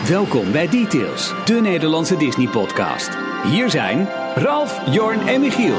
Welkom bij Details, de Nederlandse Disney-podcast. Hier zijn Ralf, Jorn en Michiel.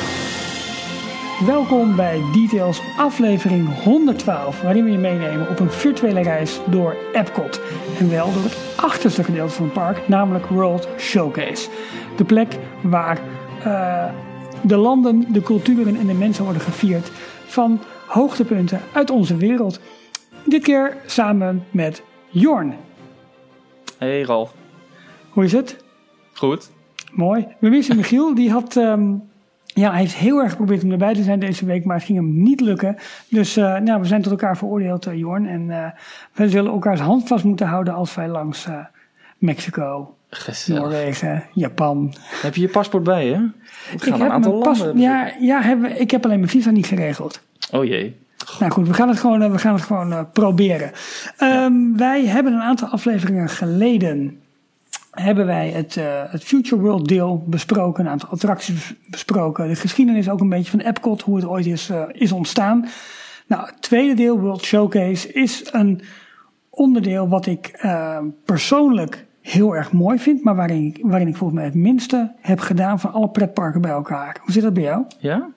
Welkom bij Details aflevering 112, waarin we je meenemen op een virtuele reis door Epcot. En wel door het achterste gedeelte van het park, namelijk World Showcase. De plek waar de landen, de culturen en de mensen worden gevierd van hoogtepunten uit onze wereld. Dit keer samen met Jorn. Hey Ralf. Hoe is het? Goed. Mooi. We missen Michiel. Die had, hij heeft heel erg geprobeerd om erbij te zijn deze week, maar het ging hem niet lukken. Dus we zijn tot elkaar veroordeeld, Jorn. En we zullen elkaars hand vast moeten houden als wij langs Mexico, Gezellig. Noorwegen, Japan. Heb je je paspoort bij je? Ik heb een aantal landen. Ik heb alleen mijn visa niet geregeld. Oh jee. Nou goed, we gaan het gewoon proberen. Wij hebben een aantal afleveringen geleden hebben wij het Future World deel besproken, een aantal attracties besproken, de geschiedenis ook een beetje van Epcot, hoe het ooit is ontstaan. Nou, het tweede deel, World Showcase, is een onderdeel wat ik persoonlijk heel erg mooi vind, maar waarin ik volgens mij het minste heb gedaan van alle pretparken bij elkaar. Hoe zit dat bij jou? Ja?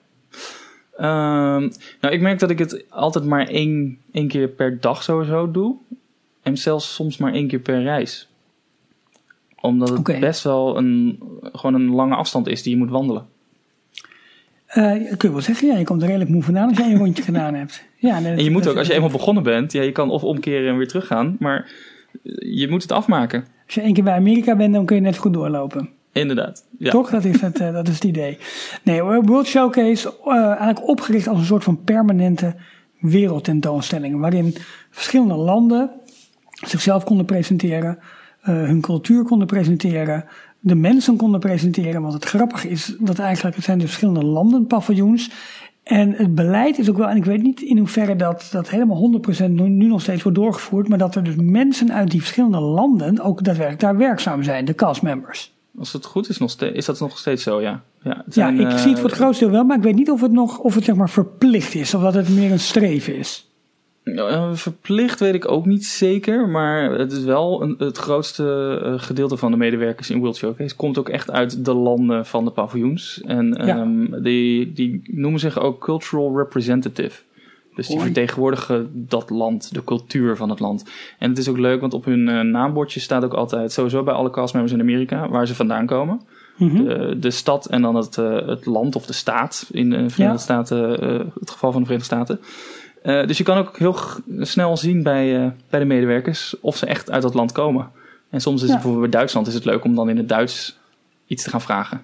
Ik merk dat ik het altijd maar één keer per dag sowieso doe. En zelfs soms maar 1 keer per reis. Omdat het best wel gewoon een lange afstand is die je moet wandelen. Kun je wel zeggen, ja, je komt er redelijk moe vandaan als je een rondje gedaan hebt. Ja, en je moet ook, als je eenmaal begonnen bent, je kan of omkeren en weer teruggaan. Maar je moet het afmaken. Als je 1 keer bij Amerika bent, dan kun je net goed doorlopen. Inderdaad. Ja. Toch? Dat is het idee. Nee, World Showcase eigenlijk opgericht als een soort van permanente wereldtentoonstelling. Waarin verschillende landen zichzelf konden presenteren. Hun cultuur konden presenteren. De mensen konden presenteren. Want het grappige is dat eigenlijk het zijn dus verschillende landenpaviljoens. En het beleid is ook wel, en ik weet niet in hoeverre dat helemaal 100% nu nog steeds wordt doorgevoerd. Maar dat er dus mensen uit die verschillende landen ook daadwerkelijk daar werkzaam zijn. De castmembers. Als het goed is, is dat nog steeds zo, ja. Ik zie het voor het grootste deel wel, maar ik weet niet of het zeg maar verplicht is of dat het meer een streven is. Verplicht weet ik ook niet zeker, maar het is wel het grootste gedeelte van de medewerkers in World Showcase komt ook echt uit de landen van de paviljoens. En die noemen zich ook cultural representative. Dus die vertegenwoordigen dat land, de cultuur van het land. En het is ook leuk, want op hun naambordje staat ook altijd, sowieso bij alle castmembers in Amerika, waar ze vandaan komen. Mm-hmm. De stad en dan het land of de staat in de Verenigde Staten, het geval van de Verenigde Staten. Dus je kan ook heel snel zien bij de medewerkers of ze echt uit dat land komen. En soms is het bijvoorbeeld bij Duitsland is het leuk om dan in het Duits iets te gaan vragen.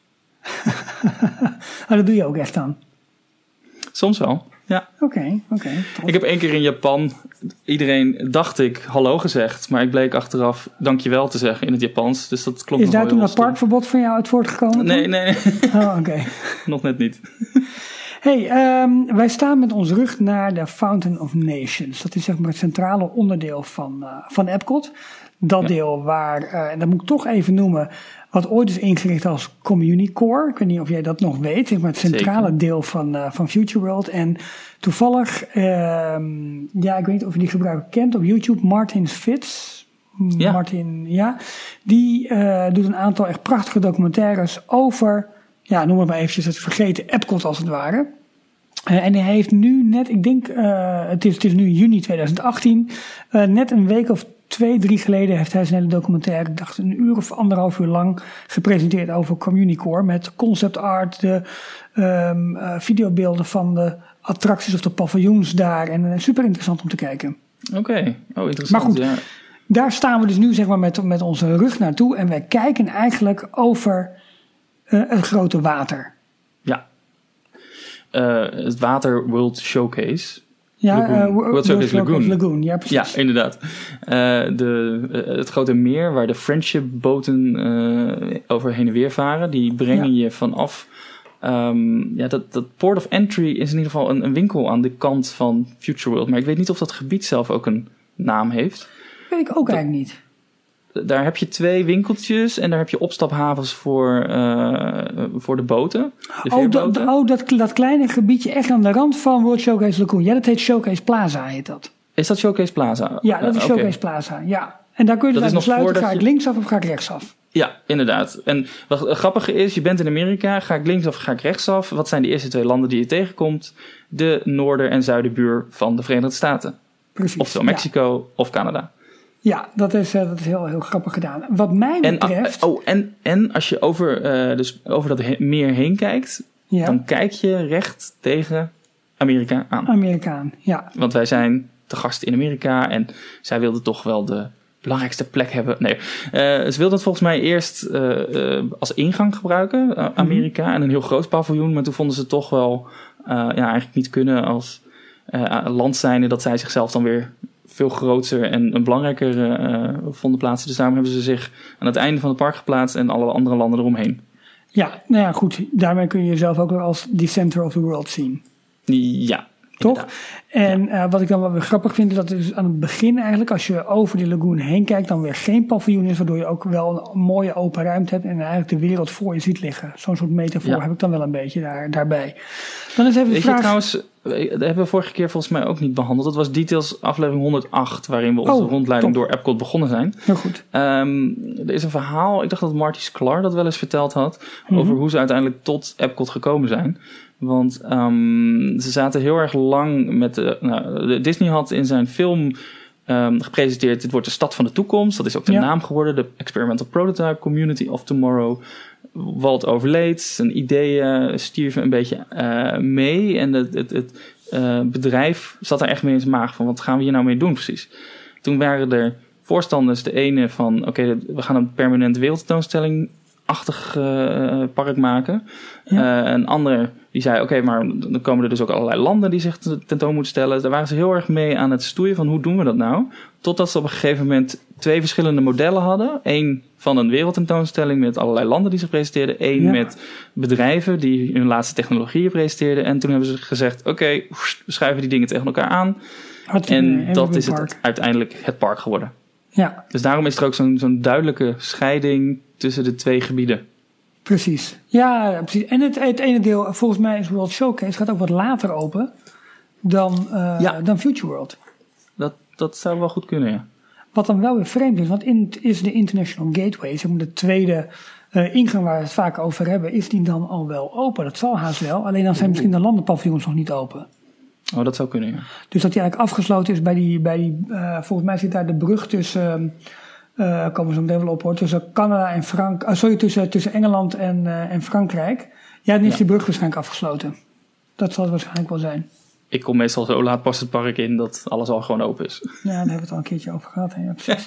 Dat doe je ook echt dan? Soms wel. Ja. Oké. Ik heb 1 keer in Japan dacht ik hallo gezegd, maar ik bleek achteraf dankjewel te zeggen in het Japans. Dus dat klopt. Is daar toen een parkverbod van jou uit voortgekomen? Nee. Oh, oké. Nog net niet. Hey, wij staan met ons rug naar de Fountain of Nations. Dat is zeg maar het centrale onderdeel van Epcot. Dat deel waar, en dat moet ik toch even noemen, wat ooit is ingericht als Community Core. Ik weet niet of jij dat nog weet, zeg maar het centrale deel van Future World. En toevallig, ik weet niet of je die gebruiker kent op YouTube, Martin Fitz. Ja. Die doet een aantal echt prachtige documentaires over, noem het maar eventjes, het vergeten Epcot als het ware. En hij heeft nu net, ik denk, het is nu juni 2018, net een week of 2-3 geleden heeft hij zijn hele documentaire, ik dacht 1 uur of 1,5 uur lang, gepresenteerd over Community Core met concept art, de videobeelden van de attracties of de paviljoens daar. En super interessant om te kijken. Oké. Interessant. Maar goed, daar staan we dus nu zeg maar met onze rug naartoe en wij kijken eigenlijk over het grote water. Ja. Het Water World Showcase. Ja, World Showcase Lagoon. Ja, precies. Ja, inderdaad. Het grote meer waar de Friendship-boten over heen en weer varen, die brengen je vanaf. Dat Port of Entry is in ieder geval een winkel aan de kant van Future World. Maar ik weet niet of dat gebied zelf ook een naam heeft. Weet ik ook eigenlijk niet. Daar heb je 2 winkeltjes en daar heb je opstaphavens voor de boten. Dat kleine gebiedje echt aan de rand van World Showcase Lagoon. Ja, dat heet Showcase Plaza, heet dat. Is dat Showcase Plaza? Ja, dat is Showcase Plaza, ja. En daar kun je dus Dat is nog besluiten, ga ik voordat linksaf of ga ik rechtsaf? Ja, inderdaad. En wat grappige is, je bent in Amerika, ga ik linksaf of ga ik rechtsaf? Wat zijn de eerste 2 landen die je tegenkomt? De noorder- en zuidenbuur van de Verenigde Staten. Precies. Oftewel Mexico of Canada. Ja, dat is heel, heel grappig gedaan. Wat mij betreft... En als je over dat meer heen kijkt, dan kijk je recht tegen Amerika aan. Amerikaan, ja. Want wij zijn te gast in Amerika en zij wilden toch wel de belangrijkste plek hebben. Nee, ze wilden het volgens mij eerst als ingang gebruiken, Amerika, en een heel groot paviljoen. Maar toen vonden ze het toch wel eigenlijk niet kunnen als land zijnde dat zij zichzelf dan weer veel groter en belangrijker vonden plaatsen. Dus daarom hebben ze zich aan het einde van het park geplaatst en alle andere landen eromheen. Ja, nou ja, goed. Daarmee kun je jezelf ook weer als the center of the world zien. Ja. Toch? En wat ik dan wel weer grappig vind, is dat dus aan het begin eigenlijk, als je over die lagoon heen kijkt, dan weer geen paviljoen is, waardoor je ook wel een mooie open ruimte hebt en eigenlijk de wereld voor je ziet liggen. Zo'n soort metafoor heb ik dan wel een beetje daarbij. Dan is even de vraag... trouwens, dat hebben we vorige keer volgens mij ook niet behandeld. Dat was Details aflevering 108, waarin we onze rondleiding door Epcot begonnen zijn. Heel goed. Er is een verhaal, ik dacht dat Marty Sklar dat wel eens verteld had, over hoe ze uiteindelijk tot Epcot gekomen zijn. Want ze zaten heel erg lang met... Disney had in zijn film gepresenteerd... dit wordt de stad van de toekomst. Dat is ook de naam geworden. De Experimental Prototype Community of Tomorrow. Walt overleed. Zijn ideeën stierven een beetje mee. En het bedrijf zat er echt mee in zijn maag van... wat gaan we hier nou mee doen precies? Toen waren er voorstanders. De ene van... oké, we gaan een permanente wereldtentoonstelling... achtig park maken. Een ander die zei, oké, maar dan komen er dus ook allerlei landen die zich tentoon moeten stellen. Daar waren ze heel erg mee aan het stoeien van hoe doen we dat nou? Totdat ze op een gegeven moment 2 verschillende modellen hadden. 1 van een wereldtentoonstelling met allerlei landen die zich presenteerden. 1 met bedrijven die hun laatste technologieën presenteerden. En toen hebben ze gezegd, oké, we schuiven die dingen tegen elkaar aan. En dat is uiteindelijk het park geworden. Ja. Dus daarom is er ook zo'n duidelijke scheiding tussen de 2 gebieden. Precies. Ja, precies. En het ene deel, volgens mij is World Showcase, gaat ook wat later open dan Future World. Dat zou wel goed kunnen, ja. Wat dan wel weer vreemd is, want is de International Gateway, zeg maar de tweede ingang waar we het vaak over hebben, is die dan al wel open? Dat zal haast wel, alleen dan zijn misschien de landenpaviljoens nog niet open. Oh, dat zou kunnen, ja. Dus dat die eigenlijk afgesloten is bij die volgens mij zit daar de brug tussen... komen we zo meteen wel op hoor. Tussen Canada en tussen Engeland en Frankrijk. Ja, dan is die brug waarschijnlijk afgesloten. Dat zal het waarschijnlijk wel zijn. Ik kom meestal zo laat pas het park in dat alles al gewoon open is. Ja, daar hebben we het al een keertje over gehad. Ja, precies.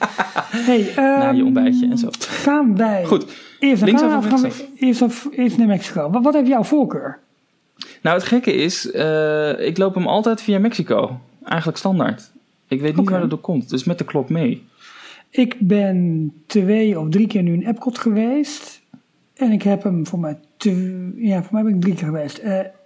Na je ontbijtje en zo. Gaan wij eerst naar Canada of gaan we eerst naar Mexico? Wat heeft jouw voorkeur? Nou, het gekke is, ik loop hem altijd via Mexico. Eigenlijk standaard. Ik weet niet waar dat door komt. Dus met de klok mee. Ik ben 2 of 3 keer nu in Epcot geweest. En ik heb hem voor mij ben ik 3 keer geweest.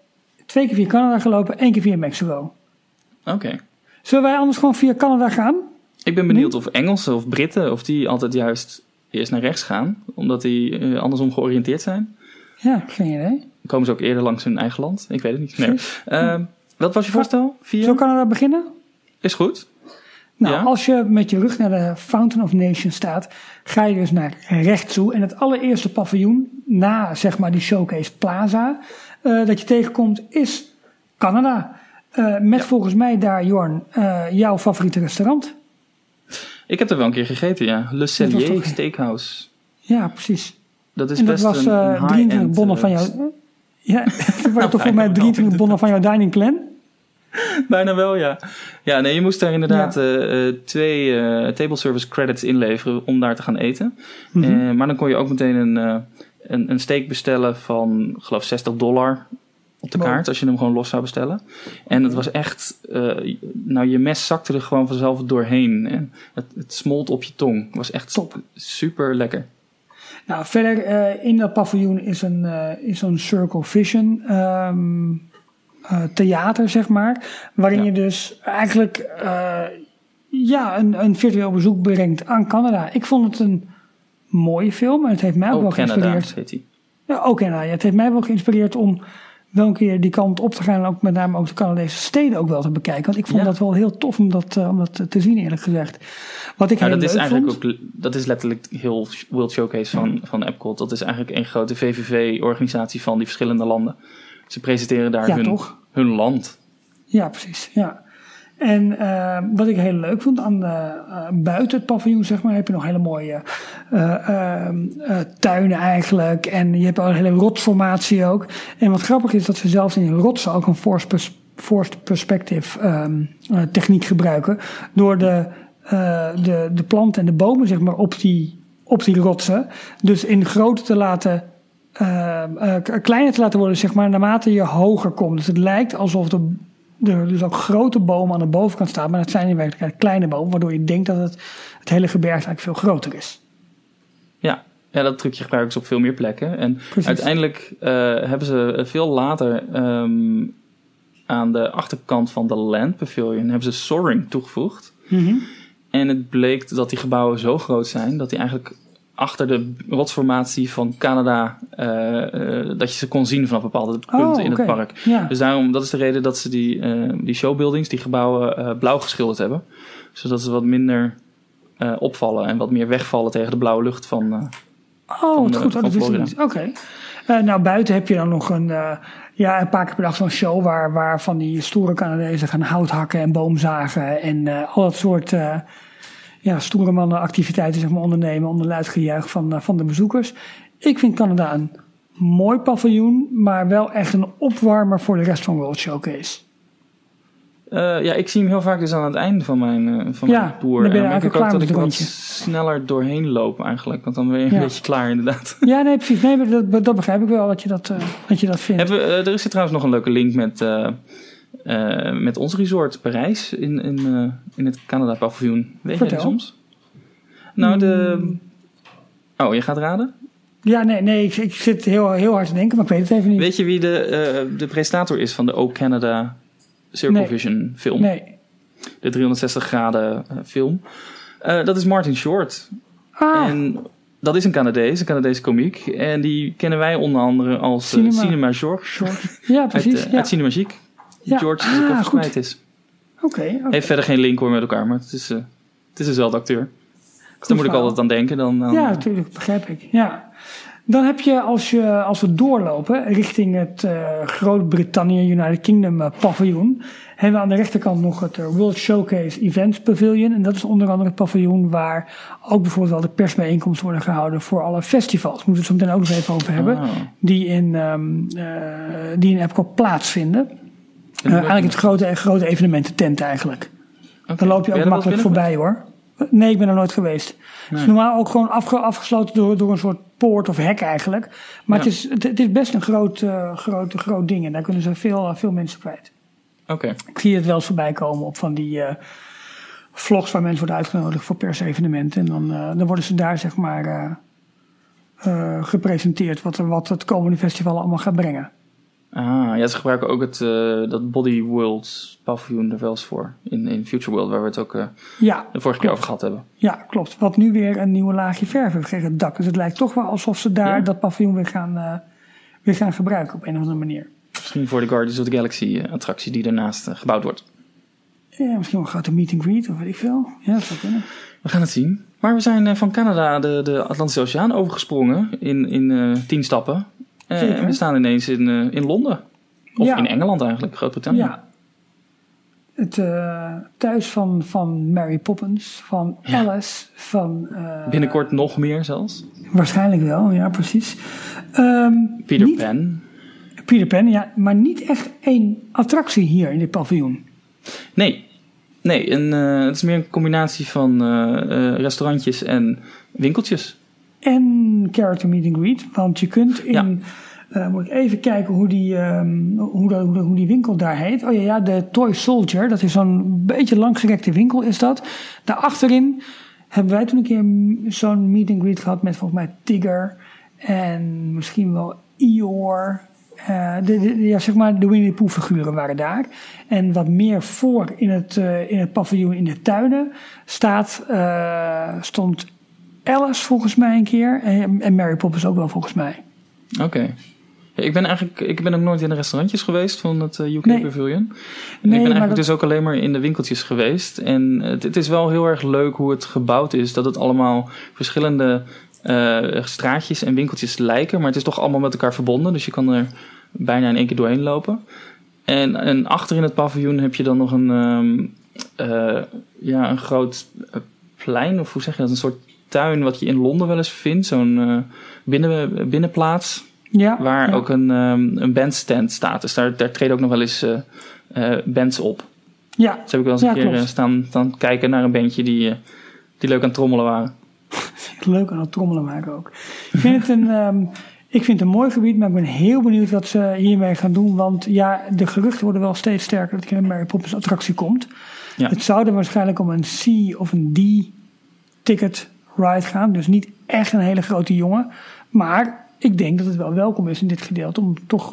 2 keer via Canada gelopen, 1 keer via Mexico. Oké. Zullen wij anders gewoon via Canada gaan? Ik ben benieuwd of Engelsen of Britten, of die altijd juist eerst naar rechts gaan. Omdat die andersom georiënteerd zijn. Ja, geen idee. Dan komen ze ook eerder langs hun eigen land. Ik weet het niet. Nee. Wat was je voorstel? Zullen we Canada beginnen? Is goed. Nou, als je met je rug naar de Fountain of Nations staat, ga je dus naar rechts toe. En het allereerste paviljoen, na zeg maar die Showcase Plaza, dat je tegenkomt, is Canada. Met volgens mij daar, Jorn, jouw favoriete restaurant. Ik heb er wel een keer gegeten, ja. Le Cellier Steakhouse. Ja, precies. Dat is en best dat was een 23 bonnen van jou. Ja, dat waren toch voor mij 23 bonnen van jouw dining plan? Bijna wel, ja. Ja, nee, je moest daar inderdaad 2 table service credits inleveren om daar te gaan eten. Mm-hmm. Maar dan kon je ook meteen een steak bestellen van, geloof $60 op de kaart, als je hem gewoon los zou bestellen. En het was echt, je mes zakte er gewoon vanzelf doorheen. En het smolt op je tong. Het was echt super lekker. Nou, verder in dat paviljoen is zo'n Circle Vision theater, zeg maar. Waarin je dus eigenlijk een virtueel bezoek brengt aan Canada. Ik vond het een mooie film. En het heeft mij ook wel geïnspireerd. Heet hij. Ja, ook Canada. Het heeft mij wel geïnspireerd om wel een keer die kant op te gaan. En ook met name ook de Canadese steden ook wel te bekijken. Want ik vond dat wel heel tof om dat te zien, eerlijk gezegd. Wat ik heel leuk vond. Dat is letterlijk heel World Showcase van Epcot. Dat is eigenlijk een grote VVV-organisatie van die verschillende landen. Ze presenteren daar hun land. Ja, precies. Ja. En wat ik heel leuk vond aan buiten het paviljoen, zeg maar, heb je nog hele mooie tuinen eigenlijk. En je hebt ook een hele rotsformatie ook. En wat grappig is dat ze zelfs in rotsen ook een forced perspective techniek gebruiken. Door de planten en de bomen, zeg maar, op die rotsen. Dus in grootte te laten kleiner te laten worden, zeg maar, naarmate je hoger komt. Dus het lijkt alsof er dus ook grote bomen aan de bovenkant staan, maar dat zijn in werkelijkheid kleine bomen, waardoor je denkt dat het hele gebergte eigenlijk veel groter is. Ja, dat trucje gebruiken ze op veel meer plekken. En uiteindelijk hebben ze veel later aan de achterkant van de Land Pavilion hebben ze soaring toegevoegd. Mm-hmm. En het bleek dat die gebouwen zo groot zijn dat die eigenlijk achter de rotsformatie van Canada, dat je ze kon zien vanaf bepaalde punten in het park. Ja. Dus daarom, dat is de reden dat ze die showbuildings, die gebouwen, blauw geschilderd hebben. Zodat ze wat minder opvallen en wat meer wegvallen tegen de blauwe lucht van Florida. Oké. Nou, buiten heb je dan nog een paar keer per dag zo'n show waar van die stoere Canadezen gaan hout hakken en boomzagen en al dat soort stoere mannen activiteiten, zeg maar, ondernemen onder luid gejuich van de bezoekers. Ik vind Canada een mooi paviljoen, maar wel echt een opwarmer voor de rest van World Showcase. Ik zie hem heel vaak dus aan het einde van mijn tour. Dan ben je en eigenlijk ook dat ik wat sneller doorheen loop eigenlijk. Want dan ben je een beetje klaar inderdaad. Ja, nee, precies. Nee, dat begrijp ik wel dat je dat vindt. Er is hier trouwens nog een leuke link met ons resort Parijs in het Canada paviljoen. Weet je dat soms? Nou, je gaat raden? Ja, nee, ik zit heel hard te denken, maar ik weet het even niet. Weet je wie de presentator is van de O Canada Circle Vision film? Nee. De 360 graden film. Dat is Martin Short. En dat is een Canadese komiek. En die kennen wij onder andere als Cinema George. Ja, precies. Uit Cinema Chic. Ja. George die kop verspreid is. Oké. Heeft verder geen link hoor met elkaar, maar het is dezelfde acteur. Dus daar moet ik altijd aan denken. Dan, ja, natuurlijk, begrijp ik. Ja. Dan heb je, als we doorlopen richting het Groot-Brittannië United Kingdom paviljoen, hebben we aan de rechterkant nog het World Showcase Events Pavilion. En dat is onder andere het paviljoen waar ook bijvoorbeeld wel de persbijeenkomsten worden gehouden voor alle festivals. Daar moeten we het zo meteen ook nog even over hebben. Die in Epcot plaatsvinden. Eigenlijk het grote evenemententent eigenlijk. Okay. Daar loop je ook makkelijk voorbij hoor. Nee, ik ben er nooit geweest. Nee. Het is normaal ook gewoon afgesloten door een soort poort of hek eigenlijk. Maar het is best een groot ding. En daar kunnen ze veel mensen kwijt. Okay. Ik zie het wel eens voorbij komen op van die vlogs waar mensen worden uitgenodigd voor persevenementen. En dan worden ze daar zeg maar gepresenteerd wat het komende festival allemaal gaat brengen. Ja, ze gebruiken ook dat Body World paviljoen er wel eens voor. In Future World, waar we het ook de vorige keer over gehad hebben. Ja, klopt. Wat nu weer een nieuwe laagje verf heeft tegen het dak. Dus het lijkt toch wel alsof ze daar dat paviljoen weer gaan gebruiken op een of andere manier. Misschien voor de Guardians of the Galaxy attractie die daarnaast gebouwd wordt. Ja, misschien wel een grote meet and greet of weet ik veel. Ja, dat zou kunnen. We gaan het zien. Maar we zijn van Canada de Atlantische Oceaan overgesprongen in 10 stappen. En we staan ineens in Londen. Of in Engeland eigenlijk, Groot-Brittannië. Ja. Het thuis van Mary Poppins, van Alice, van... binnenkort nog meer zelfs. Waarschijnlijk wel, ja, precies. Peter Pan, ja, maar niet echt één attractie hier in dit paviljoen. Nee, het is meer een combinatie van restaurantjes en winkeltjes. En character meet and greet, want je kunt moet ik even kijken hoe die winkel daar heet. Oh ja, de Toy Soldier. Dat is zo'n beetje langgerekte winkel is dat. Daarachterin hebben wij toen een keer zo'n meet and greet gehad met volgens mij Tigger. En misschien wel Eeyore. Zeg maar de Winnie the Pooh figuren waren daar. En wat meer voor in het paviljoen in de tuinen stond Alice volgens mij een keer. En Mary Poppins ook wel volgens mij. Oké. Ik ben ook nooit in de restaurantjes geweest van het UK Pavilion. En ik ben eigenlijk dus ook alleen maar in de winkeltjes geweest. En het is wel heel erg leuk hoe het gebouwd is. Dat het allemaal verschillende straatjes en winkeltjes lijken. Maar het is toch allemaal met elkaar verbonden. Dus je kan er bijna in één keer doorheen lopen. En achter in het paviljoen heb je dan nog een groot plein. Of hoe zeg je dat? Een soort tuin wat je in Londen wel eens vindt. Zo'n binnenplaats. Ja, waar ook een bandstand staat. Dus daar treden ook nog wel eens bands op. Ja. Dus heb ik wel eens een keer staan kijken naar een bandje die leuk aan het trommelen waren. Leuk aan het trommelen waren ook. Ik vind het een mooi gebied, maar ik ben heel benieuwd wat ze hiermee gaan doen. Want ja, de geruchten worden wel steeds sterker dat er een Mary Poppins attractie komt. Ja. Het zou er waarschijnlijk om een C of een D-ticket ride gaan. Dus niet echt een hele grote jongen. Maar ik denk dat het wel welkom is in dit gedeelte om toch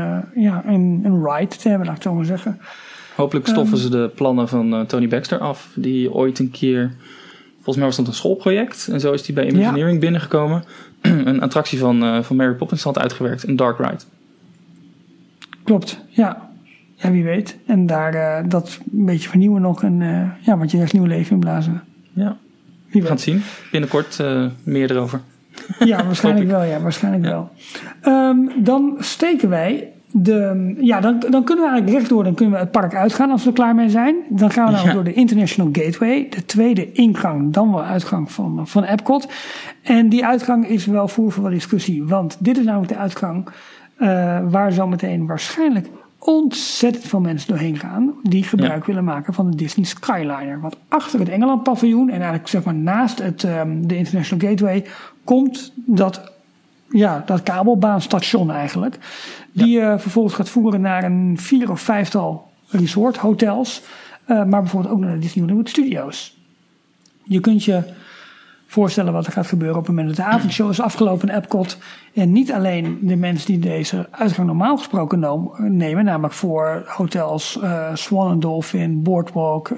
een ride te hebben, laat ik het zo maar zeggen. Hopelijk stoffen ze de plannen van Tony Baxter af. Die ooit een keer, volgens mij was dat een schoolproject. En zo is die bij Imagineering binnengekomen. Een attractie van Mary Poppins had uitgewerkt. Een dark ride. Klopt, ja. Ja, wie weet. En daar dat een beetje vernieuwen nog. En wat je echt nieuw leven inblazen. Ja, we gaan het zien. Binnenkort meer erover. Ja, waarschijnlijk wel. Ja, waarschijnlijk wel. Dan steken wij dan kunnen we eigenlijk rechtdoor. Dan kunnen we het park uitgaan als we er klaar mee zijn. Dan gaan we namelijk door de International Gateway. De tweede ingang, dan wel uitgang van Epcot. En die uitgang is wel voer voor wel discussie. Want dit is namelijk de uitgang waar zometeen waarschijnlijk ontzettend veel mensen doorheen gaan. Die gebruik willen maken van de Disney Skyliner. Want achter het Engeland paviljoen en eigenlijk zeg maar naast de International Gateway komt dat kabelbaanstation eigenlijk. Die vervolgens gaat voeren naar een 4 of 5-tal resort hotels. Maar bijvoorbeeld ook naar de Disney Hollywood Studios. Je kunt je voorstellen wat er gaat gebeuren op het moment dat de avondshow is afgelopen in Epcot. En niet alleen de mensen die deze uitgang normaal gesproken nemen. Namelijk voor hotels Swan and Dolphin, Boardwalk,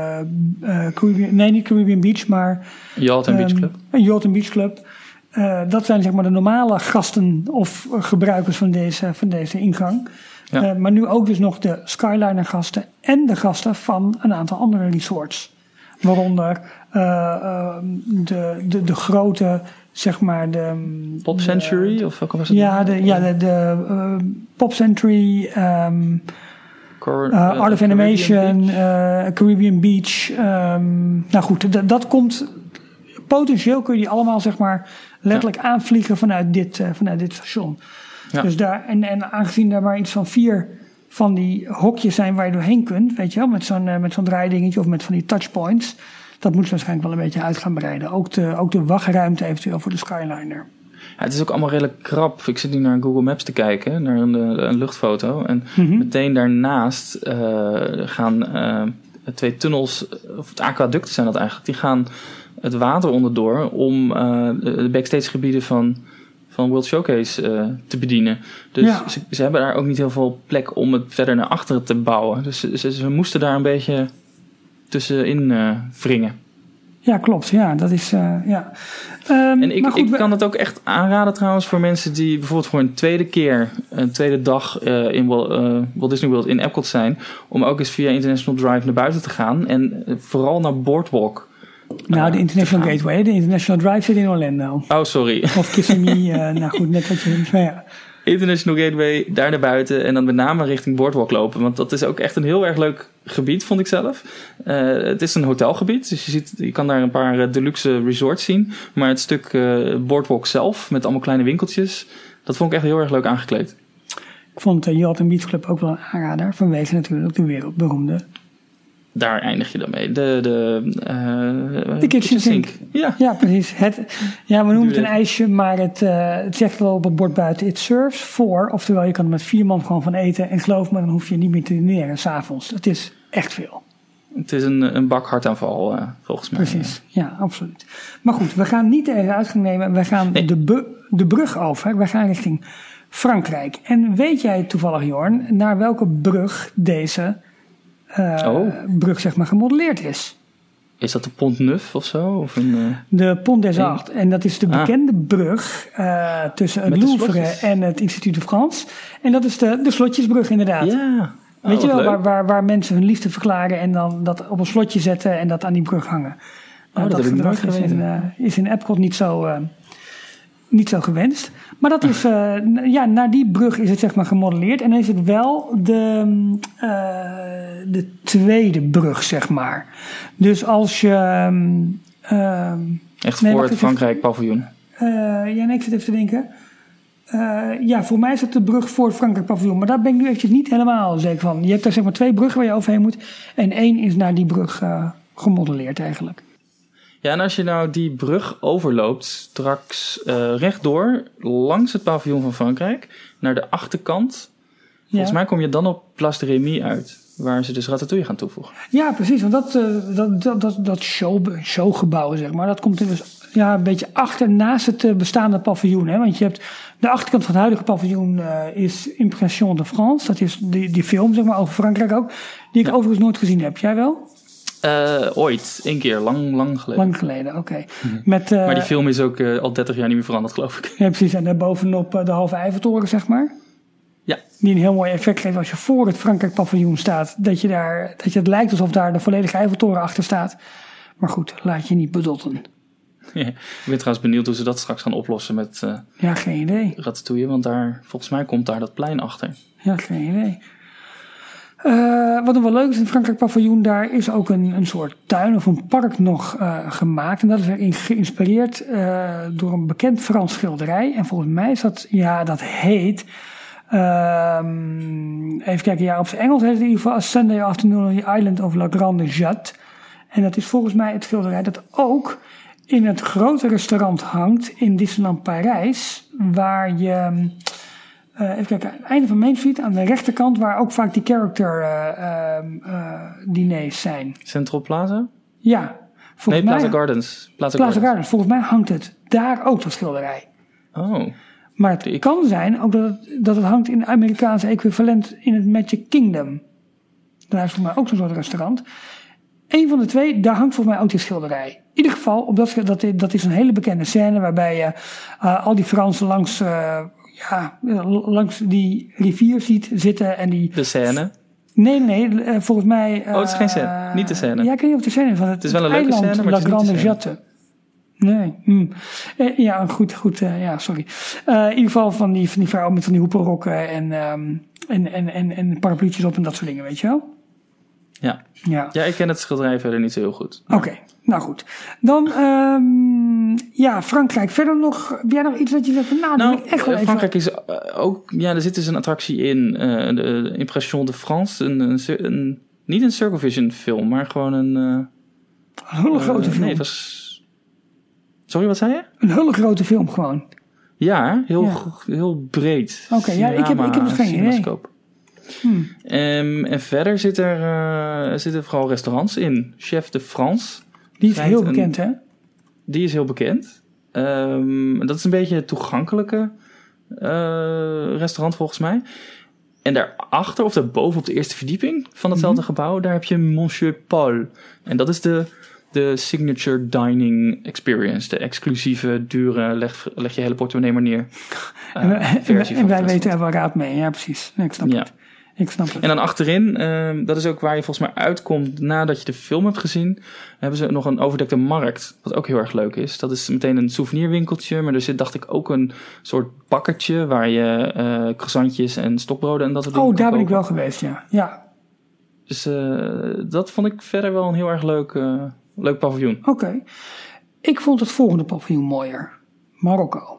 niet Caribbean Beach, maar Yacht and Beach Club. Een Yacht and Beach Club. Dat zijn zeg maar de normale gasten of gebruikers van deze ingang. Ja. Maar nu ook dus nog de Skyliner gasten en de gasten van een aantal andere resorts. Waaronder de grote, zeg maar de Pop Century of welke was het? Ja, de Pop Century, Art of Animation, Caribbean Beach. Nou goed, dat komt. Potentieel kun je die allemaal zeg maar letterlijk aanvliegen vanuit dit station. Ja. Dus daar, en aangezien er maar iets van 4 van die hokjes zijn waar je doorheen kunt, weet je wel, met zo'n draaidingetje of met van die touchpoints, dat moet waarschijnlijk wel een beetje uit gaan breiden. Ook de wachtruimte eventueel voor de Skyliner. Ja, het is ook allemaal redelijk krap. Ik zit nu naar Google Maps te kijken, naar een luchtfoto. En meteen daarnaast gaan 2 tunnels, of het aquaducten zijn dat eigenlijk, die gaan het water onderdoor om de backstage gebieden van World Showcase te bedienen. Dus ze hebben daar ook niet heel veel plek om het verder naar achteren te bouwen. Dus ze moesten daar een beetje tussenin wringen. Ja, klopt. Ja, dat is... en ik kan het ook echt aanraden trouwens voor mensen die bijvoorbeeld voor een tweede dag in Walt Disney World in Epcot zijn, om ook eens via International Drive naar buiten te gaan en vooral naar Boardwalk. Nou, de International Gateway. De International Drive zit in Orlando. Oh, sorry. Of Kissimmee. Nou goed, net wat je... Ja. International Gateway, daar naar buiten en dan met name richting Boardwalk lopen. Want dat is ook echt een heel erg leuk gebied, vond ik zelf. Het is een hotelgebied, dus je kan daar een paar deluxe resorts zien. Maar het stuk Boardwalk zelf, met allemaal kleine winkeltjes, dat vond ik echt heel erg leuk aangekleed. Ik vond de Yacht Beach Club ook wel een aanrader, vanwege natuurlijk de wereldberoemde. Daar eindig je dan mee. De kitchen sink. Ja, precies. We noemen het een ijsje, maar het zegt wel op het bord buiten: it serves for. Oftewel, je kan er met 4 man gewoon van eten. En geloof me, dan hoef je niet meer te dineren 's avonds. Het is echt veel. Het is een bak hartaanval, volgens mij. Precies, ja, absoluut. Maar goed, we gaan niet de uitgang nemen. We gaan de brug over. We gaan richting Frankrijk. En weet jij toevallig, Jorn, naar welke brug deze brug zeg maar gemodelleerd is? Is dat de Pont Neuf of zo? Of de Pont des Arts. En dat is de bekende brug tussen het Louvre en het Institut de France. En dat is de slotjesbrug inderdaad. Ja. Weet je wel, waar mensen hun liefde verklaren en dan dat op een slotje zetten en dat aan die brug hangen. Dat heb ik nooit geweten. Is in Epcot niet zo gewenst. Maar dat is, naar die brug is het zeg maar gemodelleerd. En dan is het wel de tweede brug, zeg maar. Dus als je... echt voor het Frankrijk-paviljoen? Ik zit even te denken. Voor mij is het de brug voor het Frankrijk-paviljoen. Maar daar ben ik nu eventjes niet helemaal zeker van. Je hebt daar zeg maar 2 bruggen waar je overheen moet. En 1 is naar die brug gemodelleerd eigenlijk. Ja, en als je nou die brug overloopt, straks rechtdoor langs het paviljoen van Frankrijk, naar de achterkant. Volgens mij kom je dan op Place de Rémy uit, waar ze dus Ratatouille gaan toevoegen. Ja, precies, want dat showgebouw, zeg maar, dat komt er dus een beetje achter naast het bestaande paviljoen. Hè? Want je hebt de achterkant van het huidige paviljoen is Impression de France. Dat is die film, zeg maar, over Frankrijk ook, die ik overigens nooit gezien heb. Jij wel? Ooit, 1 keer, lang geleden. Lang geleden, oké. Maar die film is ook al 30 jaar niet meer veranderd, geloof ik. Ja, precies. En daarbovenop de halve Eiffeltoren, zeg maar. Ja. Die een heel mooi effect geeft als je voor het Frankrijk-paviljoen staat. Dat het lijkt alsof daar de volledige Eiffeltoren achter staat. Maar goed, laat je niet bedotten. Ja, ik ben trouwens benieuwd hoe ze dat straks gaan oplossen met geen idee. Ratatouille, want volgens mij komt daar dat plein achter. Ja, geen idee. Wat nog wel leuk is in het Frankrijk-paviljoen, daar is ook een soort tuin of een park nog gemaakt. En dat is erin geïnspireerd door een bekend Frans schilderij. En volgens mij is dat heet... even kijken, op zijn Engels heet het in ieder geval A Sunday Afternoon on the Island of La Grande Jatte. En dat is volgens mij het schilderij dat ook in het grote restaurant hangt in Disneyland Parijs, waar je... even kijken, aan het einde van Main Street, aan de rechterkant, waar ook vaak die character diners zijn. Central Plaza? Ja. Plaza Gardens. Plaza Gardens. Volgens mij hangt het daar ook, dat schilderij. Oh. Maar het kan zijn ook dat het hangt in het Amerikaanse equivalent in het Magic Kingdom. Daar is volgens mij ook zo'n soort restaurant. Eén van de 2, daar hangt volgens mij ook die schilderij. In ieder geval, dat is een hele bekende scène waarbij je al die Fransen langs die rivier ziet zitten en die... De scène? Nee, volgens mij... het is geen scène. Niet de scène. Ja, ik weet niet of de scène is. Het is wel een leuke scène, maar La het is Grande niet de Jatte. Nee. Goed. Sorry. In ieder geval van die vrouw met van die hoepenrokken en parapluutjes op en dat soort dingen, weet je wel? Ja, ik ken het schilderij verder niet zo heel goed. Oké, nou goed. Dan, Frankrijk. Verder nog, heb jij nog iets dat je zegt van, echt wel even... Frankrijk is ook, er zit dus een attractie in, de Impression de France. Niet een Circle Vision film, maar gewoon een hele grote film. Nee, het was... Sorry, wat zei je? Een hele grote film gewoon. Ja, heel breed. Oké, ik heb het geen idee. En verder zitten vooral restaurants in. Chef de France. Die is heel bekend, hè? Die is heel bekend. Dat is een beetje het toegankelijke restaurant volgens mij. En daarachter, of daarboven op de eerste verdieping van hetzelfde gebouw, daar heb je Monsieur Paul. En dat is de signature dining experience. De exclusieve, dure, leg je hele portemonnee maar neer. En wij weten er wel raad mee. Ja, precies. Ik snap het. En dan achterin, dat is ook waar je volgens mij uitkomt nadat je de film hebt gezien, hebben ze nog een overdekte markt, wat ook heel erg leuk is. Dat is meteen een souvenirwinkeltje, maar er zit, dacht ik, ook een soort bakkertje waar je croissantjes en stokbroden en dat soort dingen. Oh, daar ben ik wel geweest, ja. Dus dat vond ik verder wel een heel erg leuk paviljoen. Oké. Ik vond het volgende paviljoen mooier. Marokko.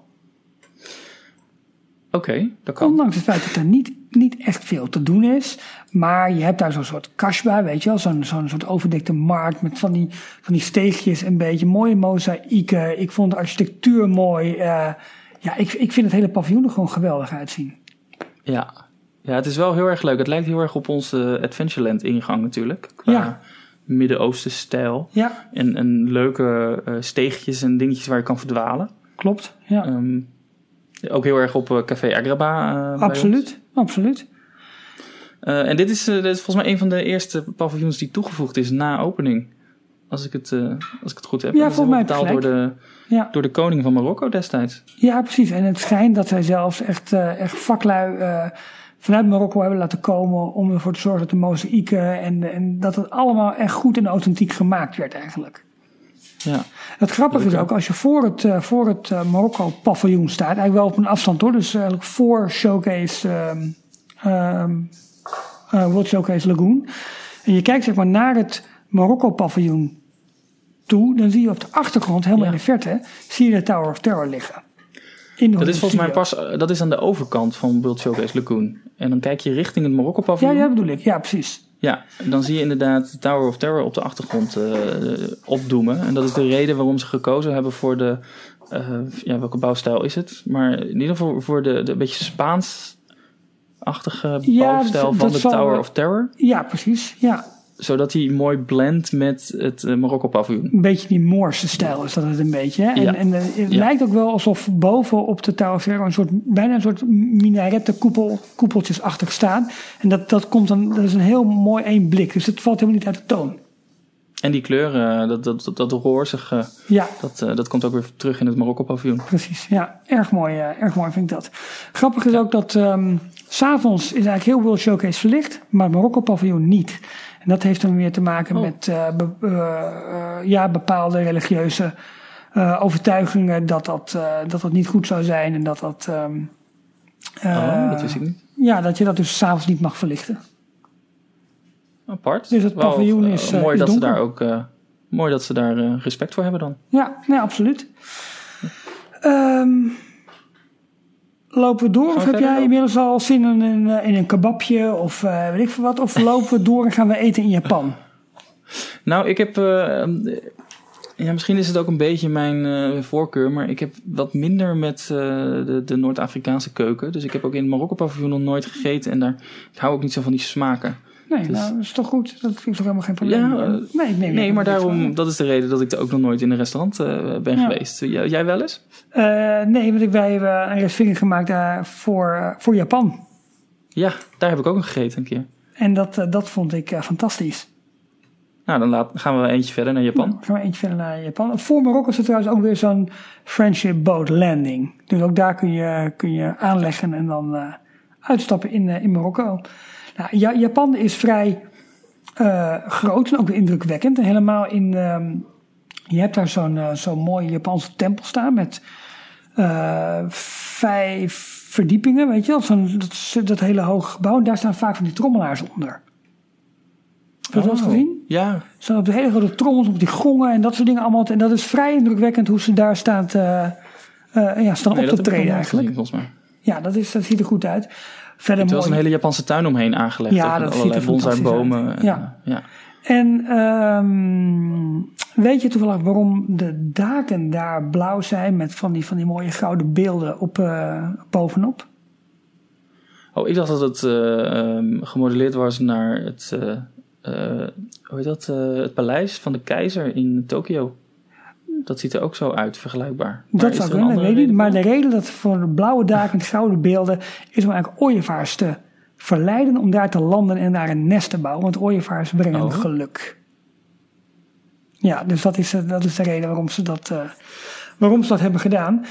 Oké, dat kan. Ondanks het feit dat er niet echt veel te doen is. Maar je hebt daar zo'n soort kasbah, weet je wel. Zo'n soort overdekte markt met van die steegjes. Een beetje mooie mozaïeken. Ik vond de architectuur mooi. Ik vind het hele paviljoen er gewoon geweldig uitzien. Ja, het is wel heel erg leuk. Het lijkt heel erg op onze Adventureland ingang natuurlijk. Qua Midden-Oosten stijl. Ja. En leuke steegjes en dingetjes waar je kan verdwalen. Klopt, ja. Ook heel erg op Café Agrabah. Absoluut. En dit is volgens mij een van de eerste paviljoens die toegevoegd is na opening. Als ik het goed heb. Ja, dat is volgens mij betaald door de koning van Marokko destijds. Ja, precies. En het schijnt dat zij zelfs echt vaklui vanuit Marokko hebben laten komen om ervoor te zorgen dat de mozaïeken en dat het allemaal echt goed en authentiek gemaakt werd eigenlijk. Ja. Het grappige is ook, als je voor het Marokko-paviljoen staat, eigenlijk wel op een afstand hoor, dus eigenlijk voor Showcase, World Showcase Lagoon. En je kijkt zeg maar naar het Marokko-paviljoen toe, dan zie je op de achtergrond, helemaal in de verte, zie je de Tower of Terror liggen. Dat is volgens mij dat is aan de overkant van World Showcase Lagoon. En dan kijk je richting het Marokko-paviljoen. Ja, bedoel ik. Ja, precies. Ja, dan zie je inderdaad de Tower of Terror op de achtergrond opdoemen. En dat is de reden waarom ze gekozen hebben voor de... welke bouwstijl is het? Maar in ieder geval voor de beetje Spaans-achtige bouwstijl van de Tower of Terror. Ja, precies. Ja. Zodat hij mooi blendt met het Marokko-paviljoen. Een beetje die Moorse stijl is dat het een beetje. Hè? Ja. En het lijkt ook wel alsof boven op de Tower of Terror bijna een soort minarettenkoepeltjes-achtig staan. En dat is een heel mooi één blik. Dus het valt helemaal niet uit de toon. En die kleuren, dat rozige, dat komt ook weer terug in het Marokko-paviljoen. Precies, ja. Erg mooi vind ik dat. Grappig is ook dat 's avonds is eigenlijk heel World Showcase verlicht, maar het Marokko-paviljoen niet. En dat heeft dan weer te maken met bepaalde religieuze overtuigingen dat niet goed zou zijn. En dat wist ik niet. Ja, dat je dat dus 's avonds niet mag verlichten. Apart. Dus het paviljoen is mooi is dat donker. ze daar ook mooi dat ze daar respect voor hebben dan. Ja, nee, absoluut. Lopen we door of heb jij inmiddels al zin in een kebabje of weet ik veel wat? Of lopen we door en gaan we eten in Japan? Nou, ik heb... misschien is het ook een beetje mijn voorkeur, maar ik heb wat minder met de Noord-Afrikaanse keuken. Dus ik heb ook in het Marokko-paviljoen nog nooit gegeten en ik hou ook niet zo van die smaken. Nee, dus, nou, dat is toch goed? Dat vind ik toch helemaal geen probleem. Ja, nee, maar daarom, dat is de reden dat ik er ook nog nooit in een restaurant ben geweest. Jij wel eens? Nee, want wij hebben een reservering gemaakt daar voor Japan. Ja, daar heb ik ook nog gegeten een keer. En dat vond ik fantastisch. Nou, dan gaan we eentje verder naar Japan. Voor Marokko is er trouwens ook weer zo'n Friendship Boat Landing. Dus ook daar kun je aanleggen en dan uitstappen in Marokko. Nou, Japan is vrij groot en ook weer indrukwekkend. En helemaal je hebt daar zo'n mooie Japanse tempel staan met 5 verdiepingen, weet je wel. Dat hele hoge gebouw. En daar staan vaak van die trommelaars onder. Heb je dat eens gezien? Ja. Er staan op de hele grote trommels, op die gongen en dat soort dingen allemaal. En dat is vrij indrukwekkend hoe ze daar staan op te treden eigenlijk. Gezien, volgens mij. Ja, dat ziet er goed uit. Verder er was een hele Japanse tuin omheen aangelegd. Ja, dat ziet er bonsaibomen. Ja. En weet je toevallig waarom de daken daar blauw zijn met van die mooie gouden beelden bovenop? Oh, ik dacht dat het gemodelleerd was naar het het paleis van de keizer in Tokio. Dat ziet er ook zo uit, vergelijkbaar. Dat zou kunnen, weet ik niet. Maar de reden dat voor de blauwe daken en gouden beelden is om eigenlijk ooievaars te verleiden om daar te landen en daar een nest te bouwen. Want ooievaars brengen geluk. Ja, dus dat is de reden waarom ze dat hebben gedaan.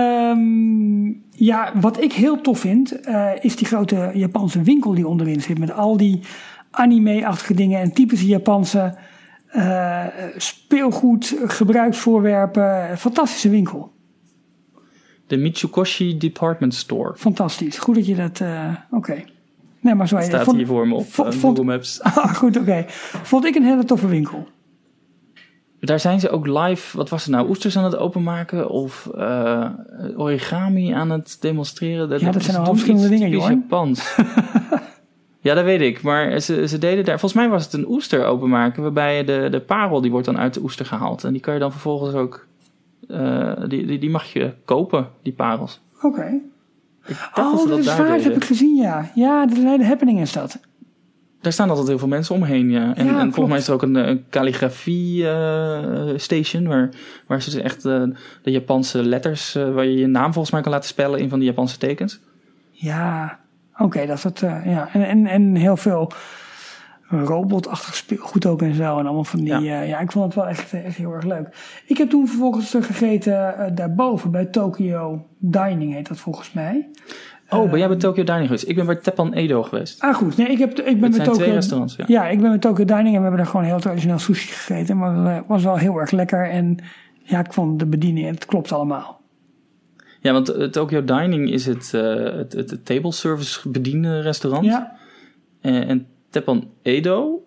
Wat ik heel tof vind, is die grote Japanse winkel die onderin zit. Met al die anime-achtige dingen en typische Japanse speelgoed, gebruiksvoorwerpen. Fantastische winkel. De Mitsukoshi Department Store. Fantastisch. Goed dat je dat... Oké. Nee, maar zo staat hier voor me op Google Maps. Goed, oké. Vond ik een hele toffe winkel. Daar zijn ze ook live, wat was het nou, oesters aan het openmaken of origami aan het demonstreren. Dat zijn al verschillende dingen, joh. Japans. Ja, dat weet ik. Maar ze deden daar, volgens mij was het een oester openmaken, waarbij de parel, die wordt dan uit de oester gehaald. En die kan je dan vervolgens ook, die mag je kopen, die parels. Oké. Dat is waar, heb ik gezien, ja. Ja, dat is een hele happening is dat. Daar staan altijd heel veel mensen omheen, ja. En volgens mij is er ook een calligrafie station, waar ze echt de Japanse letters, waar je je naam volgens mij kan laten spellen in van die Japanse tekens. Ja, oké, dat is het, ja. En heel veel robotachtig speelgoed ook en zo. En allemaal van die... ik vond het wel echt heel erg leuk. Ik heb toen vervolgens gegeten daarboven bij Tokyo Dining heet dat volgens mij. Ben jij bij Tokyo Dining geweest? Ik ben bij Teppan Edo geweest. Goed. Nee, ik ben bij Tokyo... 2 restaurants, ja. Ja, ik ben bij Tokyo Dining en we hebben daar gewoon heel traditioneel sushi gegeten. Maar het was wel heel erg lekker. En ja, ik vond de bediening, het klopt allemaal. Ja, want Tokyo Dining is het table service bediende restaurant. Ja. En Teppan Edo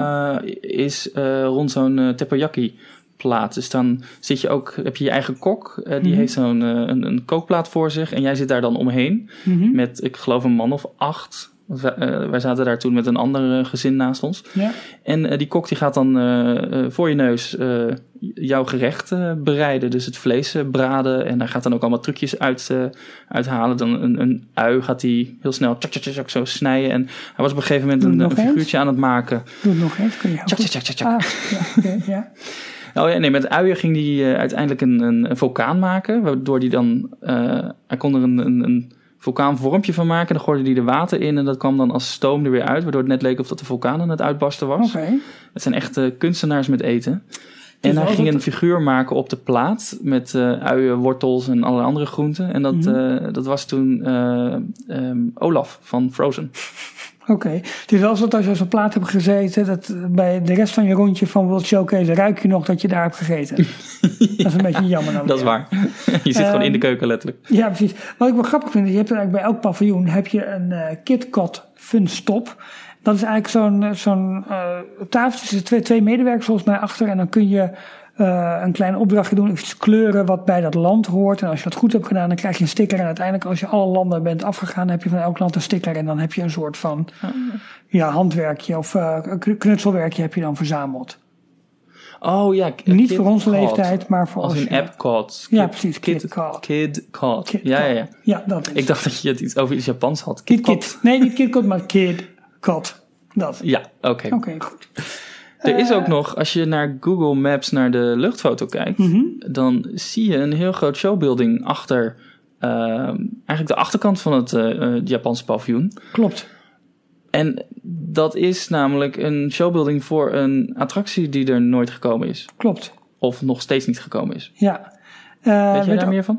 is rond zo'n teppanyaki plaat. Dus dan heb je je eigen kok. Die heeft zo'n een kookplaat voor zich. En jij zit daar dan omheen. Met, ik geloof, een man of 8. Wij zaten daar toen met een ander gezin naast ons. Ja. En die kok die gaat dan voor je neus jouw gerecht bereiden. Dus het vlees braden. En daar gaat dan ook allemaal trucjes uithalen. Dan een ui gaat hij heel snel zo snijden. En hij was op een gegeven moment een figuurtje aan het maken. Doe het nog eens. Kun je Met uien ging hij uiteindelijk een vulkaan maken. Waardoor hij dan... hij kon er een vulkaanvormpje van maken. Dan gooide hij er water in en dat kwam dan als stoom er weer uit. Waardoor het net leek of dat de vulkaan aan het uitbarsten was. Het zijn echt kunstenaars met eten. En hij ging een figuur maken op de plaat met uien, wortels en allerlei andere groenten. En dat was toen Olaf van Frozen. Oké. Het is wel zo dat als je op zo'n plaat hebt gezeten, dat bij de rest van je rondje van World Showcase ruik je nog dat je daar hebt gegeten. Dat is een beetje jammer dan. Dat is waar. Je zit gewoon in de keuken letterlijk. Ja, precies. Wat ik wel grappig vind, is je hebt eigenlijk bij elk paviljoen heb je een KitKat Fun Stop. Dat is eigenlijk zo'n tafeltje, er twee medewerkers volgens mij achter en dan kun je een klein opdrachtje doen, iets kleuren wat bij dat land hoort. En als je dat goed hebt gedaan, dan krijg je een sticker. En uiteindelijk, als je alle landen bent afgegaan, heb je van elk land een sticker. En dan heb je een soort van handwerkje of knutselwerkje heb je dan verzameld. Oh ja. Niet voor onze leeftijd, maar voor als een Epcot. Ja, precies. KitKat. Ja. Ja, dat is. Ik dacht dat je het iets over iets Japans had. KitKat. Nee, niet KitKat, maar KitKat. Dat. Ja, oké. Oké, goed. Er is ook nog, als je naar Google Maps naar de luchtfoto kijkt, dan zie je een heel groot showbuilding achter, eigenlijk de achterkant van het Japanse paviljoen. Klopt. En dat is namelijk een showbuilding voor een attractie die er nooit gekomen is. Klopt. Of nog steeds niet gekomen is. Ja. Weet jij daar meer van?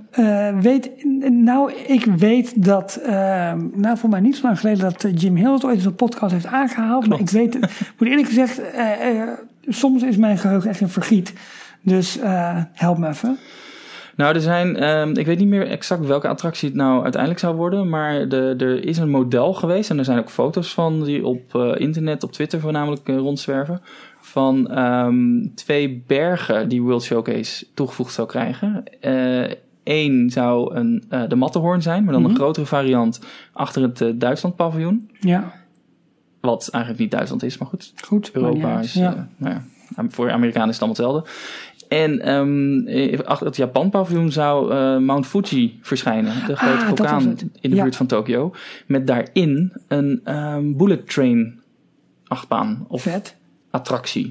Ik weet dat, voor mij niet zo lang geleden dat Jim Hill het ooit in zijn podcast heeft aangehaald. Klopt. Maar ik weet, moet eerlijk gezegd, soms is mijn geheugen echt een vergiet. Dus help me even. Nou, er zijn, ik weet niet meer exact welke attractie het nou uiteindelijk zou worden, maar er is een model geweest en er zijn ook foto's van die op internet, op Twitter voornamelijk rondzwerven, van 2 bergen die World Showcase toegevoegd zou krijgen. Eén zou de Matterhorn zijn, maar dan een grotere variant achter het Duitsland paviljoen. Ja. Wat eigenlijk niet Duitsland is, maar goed. Europa is, voor Amerikanen is het allemaal hetzelfde. En achter het Japan-paviljoen zou Mount Fuji verschijnen. De grote vulkaan in de buurt van Tokio. Met daarin een bullet train achtbaan. Of vet. Attractie.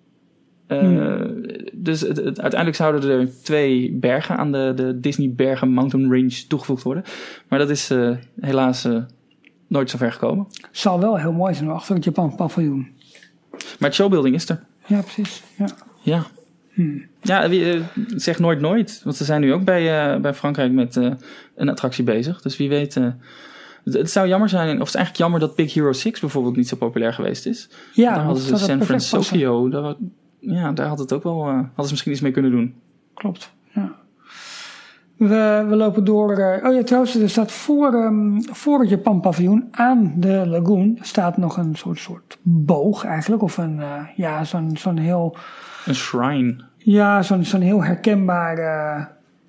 Dus uiteindelijk zouden er 2 bergen aan de Disney Bergen Mountain Range toegevoegd worden. Maar dat is helaas nooit zo ver gekomen. Zal wel heel mooi zijn achter het Japan-paviljoen. Maar het showbuilding is er. Ja, precies. Ja. Ja, zeg nooit. Want ze zijn nu ook bij Frankrijk met een attractie bezig. Dus wie weet. Het zou jammer zijn, of het is eigenlijk jammer dat Big Hero 6 bijvoorbeeld niet zo populair geweest is. Ja, daar hadden ze San Francisco. Daar had het ook wel. Hadden ze misschien iets mee kunnen doen. Klopt. Ja. We lopen door. Trouwens, er staat voor het Japan-paviljoen aan de lagoon staat nog een soort boog eigenlijk. Of zo'n heel. Een shrine. Ja, zo'n heel herkenbare.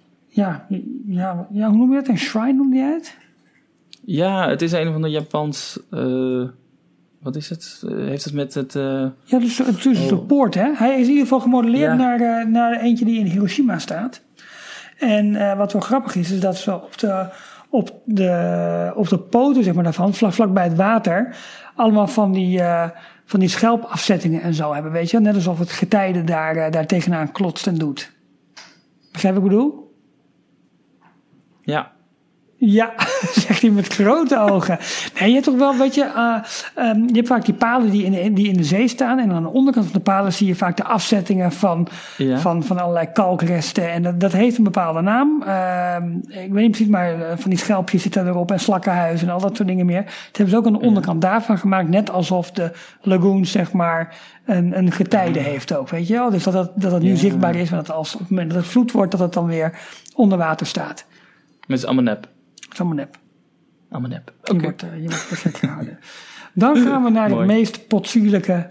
Hoe noem je het? Een shrine noemde je het? Ja, het is een van de Japans. Wat is het? Heeft het met het. Dus de poort, hè? Hij is in ieder geval gemodelleerd naar eentje die in Hiroshima staat. En wat wel grappig is dat ze op de poten, zeg maar, daarvan, vlak bij het water, allemaal van die schelpafzettingen en zo hebben, weet je? Net alsof het getijde daar tegenaan klotst en doet. Begrijp je wat ik bedoel? Ja. Ja, zegt hij met grote ogen. Nee, je hebt toch wel, weet je, je hebt vaak die palen die in de zee staan. En aan de onderkant van de palen zie je vaak de afzettingen van allerlei kalkresten. En dat heeft een bepaalde naam. Ik weet niet precies, maar van die schelpjes zitten erop en slakkenhuis en al dat soort dingen meer. Dat hebben ze ook aan de onderkant daarvan gemaakt. Net alsof de lagoon, zeg maar, een getijde heeft ook, weet je wel. Dus dat nu zichtbaar is. Maar dat als op het moment dat het vloed wordt, dat het dan weer onder water staat. Maar het is allemaal nep. Het is allemaal nep. Allemaal nep. Je wordt perfect gehouden. Dan gaan we naar het meest potsierlijke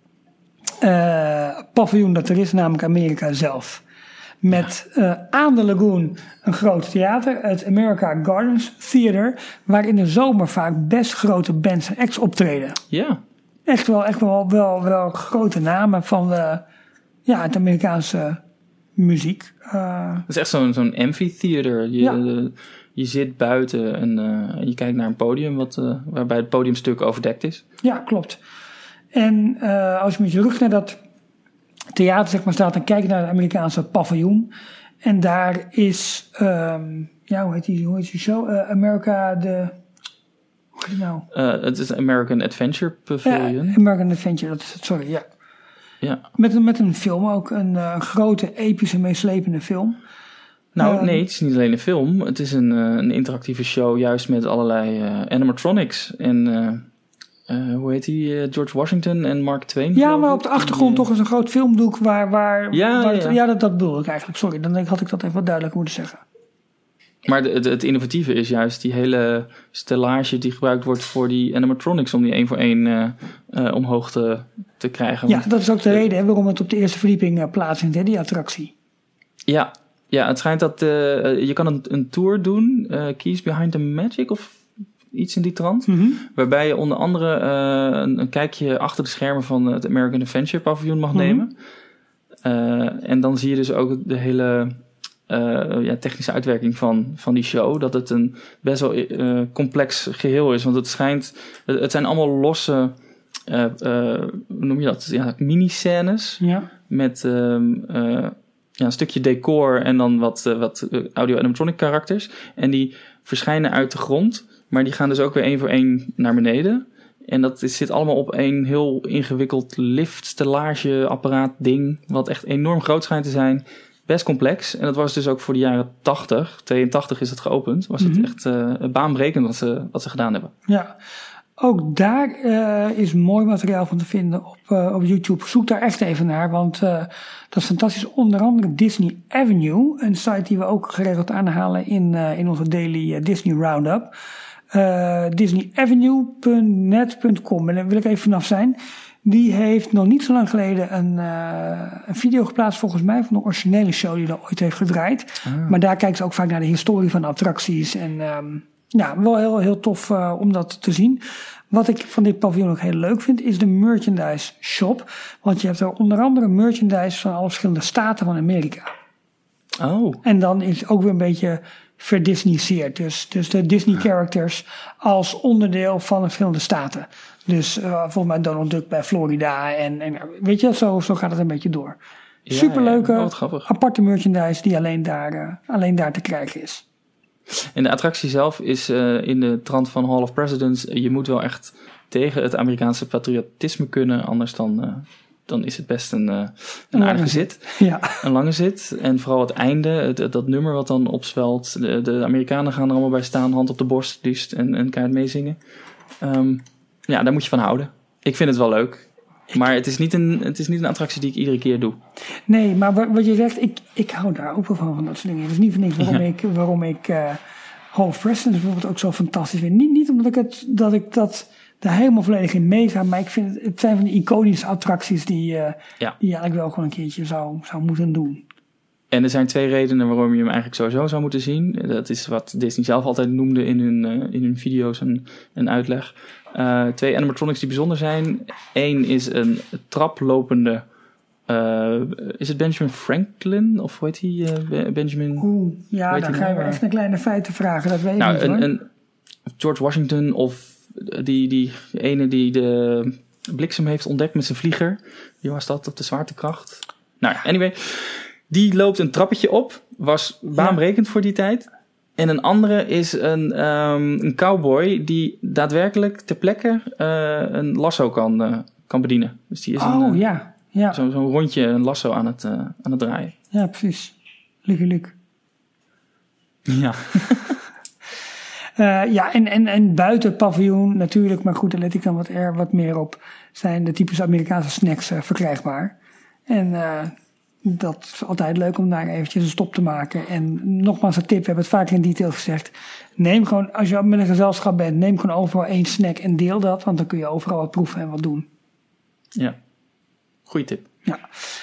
paviljoen dat er is, namelijk Amerika zelf. Met aan de lagoon een groot theater, het America Gardens Theater, waar in de zomer vaak best grote bands en acts optreden. Ja. Echt wel grote namen van het Amerikaanse muziek. Het is echt zo'n amphitheater. Je zit buiten en je kijkt naar een podium waarbij het podiumstuk overdekt is. Ja, klopt. En als je met je rug naar dat theater, zeg maar, staat, dan kijk je naar het Amerikaanse paviljoen. En daar is, hoe heet die show? America de... Hoe heet het nou? Het is American Adventure Pavilion. Ja, American Adventure, dat is het, sorry, ja. Ja. Met een film ook, een grote, epische, meeslepende film. Nou, nee, het is niet alleen een film. Het is een interactieve show, juist met allerlei animatronics. En hoe heet die? George Washington en Mark Twain. Ja, maar op de achtergrond toch eens een groot filmdoek waar dat bedoel ik eigenlijk. Sorry, dan had ik dat even wat duidelijker moeten zeggen. Maar het innovatieve is juist die hele stellage die gebruikt wordt voor die animatronics om die 1 voor 1 omhoog te krijgen. Ja, dat is ook de reden waarom het op de eerste verdieping plaatsvindt, die attractie. Ja, het schijnt dat je kan een tour doen, Keys Behind the Magic of iets in die trant. Mm-hmm. Waarbij je onder andere een kijkje achter de schermen van het American Adventure Pavilion mag nemen. En dan zie je dus ook de hele technische uitwerking van die show. Dat het een best wel complex geheel is. Want het zijn allemaal losse, hoe noem je dat? Ja, mini-scènes. Ja. Met een stukje decor en dan wat audio-animatronic karakters. En die verschijnen uit de grond. Maar die gaan dus ook weer 1 voor 1 naar beneden. En dat zit allemaal op een heel ingewikkeld liftstellage-apparaat ding. Wat echt enorm groot schijnt te zijn. Best complex. En dat was dus ook voor de jaren 80. 82 is het geopend. Was het echt baanbrekend wat ze gedaan hebben. Ja, ook daar is mooi materiaal van te vinden op YouTube. Zoek daar echt even naar, want dat is fantastisch. Onder andere Disney Avenue, een site die we ook geregeld aanhalen in onze daily Disney Roundup. DisneyAvenue.net.com. En daar wil ik even vanaf zijn. Die heeft nog niet zo lang geleden een video geplaatst, volgens mij, van de originele show die er ooit heeft gedraaid. Maar daar kijken ze ook vaak naar de historie van de attracties. En wel heel, heel tof om dat te zien. Wat ik van dit paviljoen ook heel leuk vind, is de merchandise shop. Want je hebt er onder andere merchandise van alle verschillende staten van Amerika. Oh. En dan is ook weer een beetje verdisneyseerd. Dus de Disney characters als onderdeel van de verschillende staten. Dus volgens mij Donald Duck bij Florida. En weet je, zo gaat het een beetje door. Ja, superleuke, aparte merchandise die alleen daar te krijgen is. En de attractie zelf is in de trant van Hall of Presidents. Je moet wel echt tegen het Amerikaanse patriotisme kunnen. Anders dan is het best een aardige zit. Ja. Een lange zit. En vooral het einde, dat nummer wat dan opzwelt. De Amerikanen gaan er allemaal bij staan, hand op de borst liefst en kaart meezingen. Daar moet je van houden. Ik vind het wel leuk. Maar het is niet een attractie die ik iedere keer doe. Nee, maar wat je zegt, ik hou daar ook wel van dat soort dingen. Het is niet voor niks waarom ik Hall of Presidents bijvoorbeeld ook zo fantastisch vind. Niet omdat ik dat daar helemaal volledig in meega, maar ik vind het zijn van die iconische attracties die je eigenlijk wel gewoon een keertje zou moeten doen. En er zijn 2 redenen waarom je hem eigenlijk sowieso zou moeten zien. Dat is wat Disney zelf altijd noemde in hun video's en uitleg. 2 animatronics die bijzonder zijn. 1 is een traplopende... is het Benjamin Franklin? Of hoe heet hij? Benjamin... dan gaan we echt een kleine feiten vragen. Dat weet ik niet hoor. Een George Washington of die ene die de bliksem heeft ontdekt met zijn vlieger. Wie was dat op de zwaartekracht? Nou ja, anyway... Die loopt een trappetje op. Was baanbrekend voor die tijd. En een andere is een cowboy die daadwerkelijk ter plekke een lasso kan bedienen. Dus die is zo'n rondje, een lasso aan het draaien. Ja, precies. Luc. Ja. En buiten het paviljoen natuurlijk, maar goed, daar let ik dan wat meer op, zijn de typische Amerikaanse snacks verkrijgbaar. En dat is altijd leuk om daar eventjes een stop te maken. En nogmaals een tip, we hebben het vaak in detail gezegd. Neem gewoon, als je met een gezelschap bent, neem gewoon overal 1 snack en deel dat. Want dan kun je overal wat proeven en wat doen. Ja, goeie tip. Ja.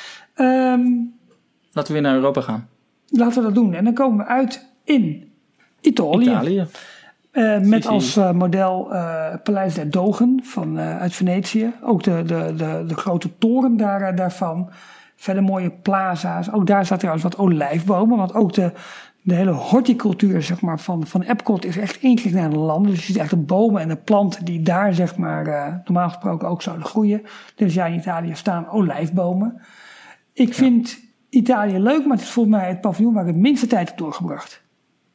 Laten we weer naar Europa gaan. Laten we dat doen. En dan komen we uit in Italië. Met als model Paleis der Dogen uit Venetië. Ook de grote toren daarvan. Verder mooie plaza's. Ook daar staat trouwens wat olijfbomen. Want ook de hele horticultuur zeg maar, van Epcot is echt ingericht naar de landen. Dus je ziet echt de bomen en de planten die daar zeg maar, normaal gesproken ook zouden groeien. Dus ja, in Italië staan olijfbomen. Ik vind Italië leuk, maar het is volgens mij het paviljoen waar ik het minste tijd heb doorgebracht.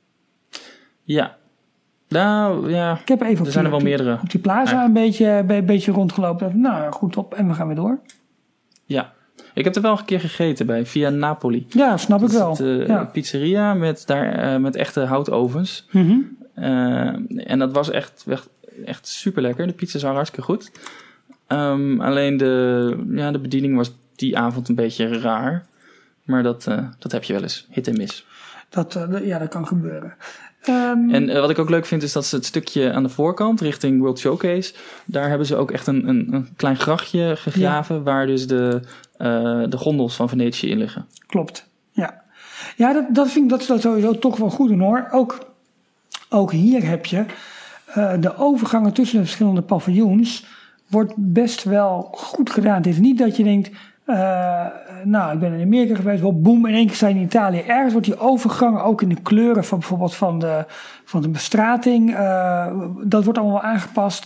Ja. Nou, ja. Ik heb even er zijn er wel meerdere. Op die plaza een beetje rondgelopen. Nou, goed op. En we gaan weer door. Ja. Ik heb er wel een keer gegeten bij Via Napoli. Ja, snap ik wel. Pizzeria met echte houtovens. Mm-hmm. En dat was echt super lekker. De pizza's waren hartstikke goed. Alleen de bediening was die avond een beetje raar. Maar dat heb je wel eens. Hit en miss. Dat kan gebeuren. En wat ik ook leuk vind is dat ze het stukje aan de voorkant richting World Showcase, daar hebben ze ook echt een klein grachtje gegraven waar dus de gondels van Venetië in liggen. Klopt, ja. Ja, dat vind ik dat ze dat sowieso toch wel goed doen hoor. Ook hier heb je de overgangen tussen de verschillende paviljoens wordt best wel goed gedaan. Het is niet dat je denkt, ik ben in Amerika geweest, wel boem, in één keer sta je in Italië. Ergens wordt die overgang ook in de kleuren van bijvoorbeeld van de bestrating, dat wordt allemaal aangepast.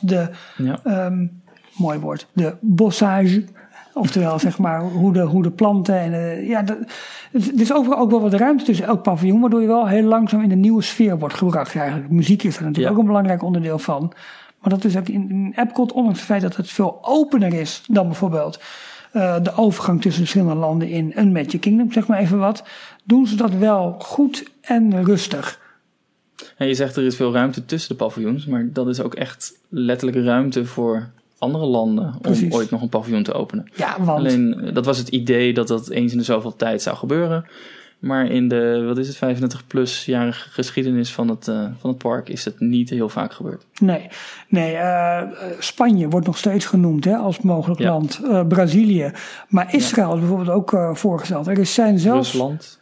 Mooi woord, de bossage. Oftewel, zeg maar, hoe de planten en er is overal ook wel wat ruimte tussen elk paviljoen, waardoor je wel heel langzaam in de nieuwe sfeer wordt gebracht eigenlijk. Muziek is er natuurlijk ook een belangrijk onderdeel van. Maar dat is ook in Epcot, ondanks het feit dat het veel opener is dan bijvoorbeeld de overgang tussen verschillende landen in een Magic Kingdom, zeg maar even wat, doen ze dat wel goed en rustig. En je zegt er is veel ruimte tussen de paviljoens, maar dat is ook echt letterlijke ruimte voor andere landen om ooit nog een paviljoen te openen. Ja, want alleen dat was het idee dat eens in de zoveel tijd zou gebeuren. Maar in de 35-plus-jarige geschiedenis van het park is het niet heel vaak gebeurd. Nee, Spanje wordt nog steeds genoemd als mogelijk land. Brazilië. Maar Israël is bijvoorbeeld ook voorgesteld. Rusland.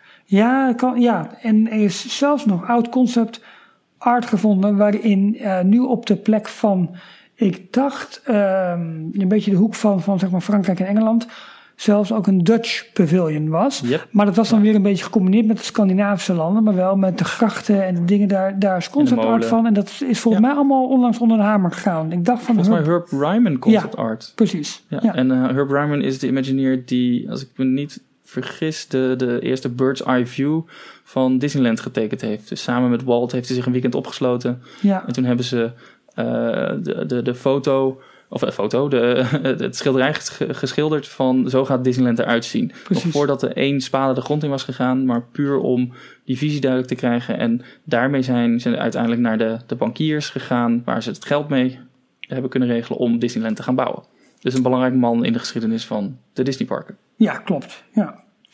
En er is zelfs nog oud concept art gevonden waarin nu op de plek van, ik dacht, een beetje de hoek van zeg maar Frankrijk en Engeland, zelfs ook een Dutch pavilion was. Yep. Maar dat was dan weer een beetje gecombineerd met de Scandinavische landen, maar wel met de grachten en de dingen daar is concept art van. En dat is volgens mij allemaal onlangs onder de hamer gegaan. Ik dacht van volgens mij Herb Ryman concept art. Precies. Ja. En Herb Ryman is de Imagineer die, als ik me niet vergis, de eerste bird's eye view van Disneyland getekend heeft. Dus samen met Walt heeft hij zich een weekend opgesloten. Ja. En toen hebben ze het schilderij geschilderd van zo gaat Disneyland eruit zien. Nog voordat er 1 spade de grond in was gegaan, maar puur om die visie duidelijk te krijgen. En daarmee zijn ze uiteindelijk naar de bankiers gegaan, waar ze het geld mee hebben kunnen regelen om Disneyland te gaan bouwen. Dus een belangrijk man in de geschiedenis van de Disneyparken. Ja, klopt. Ja.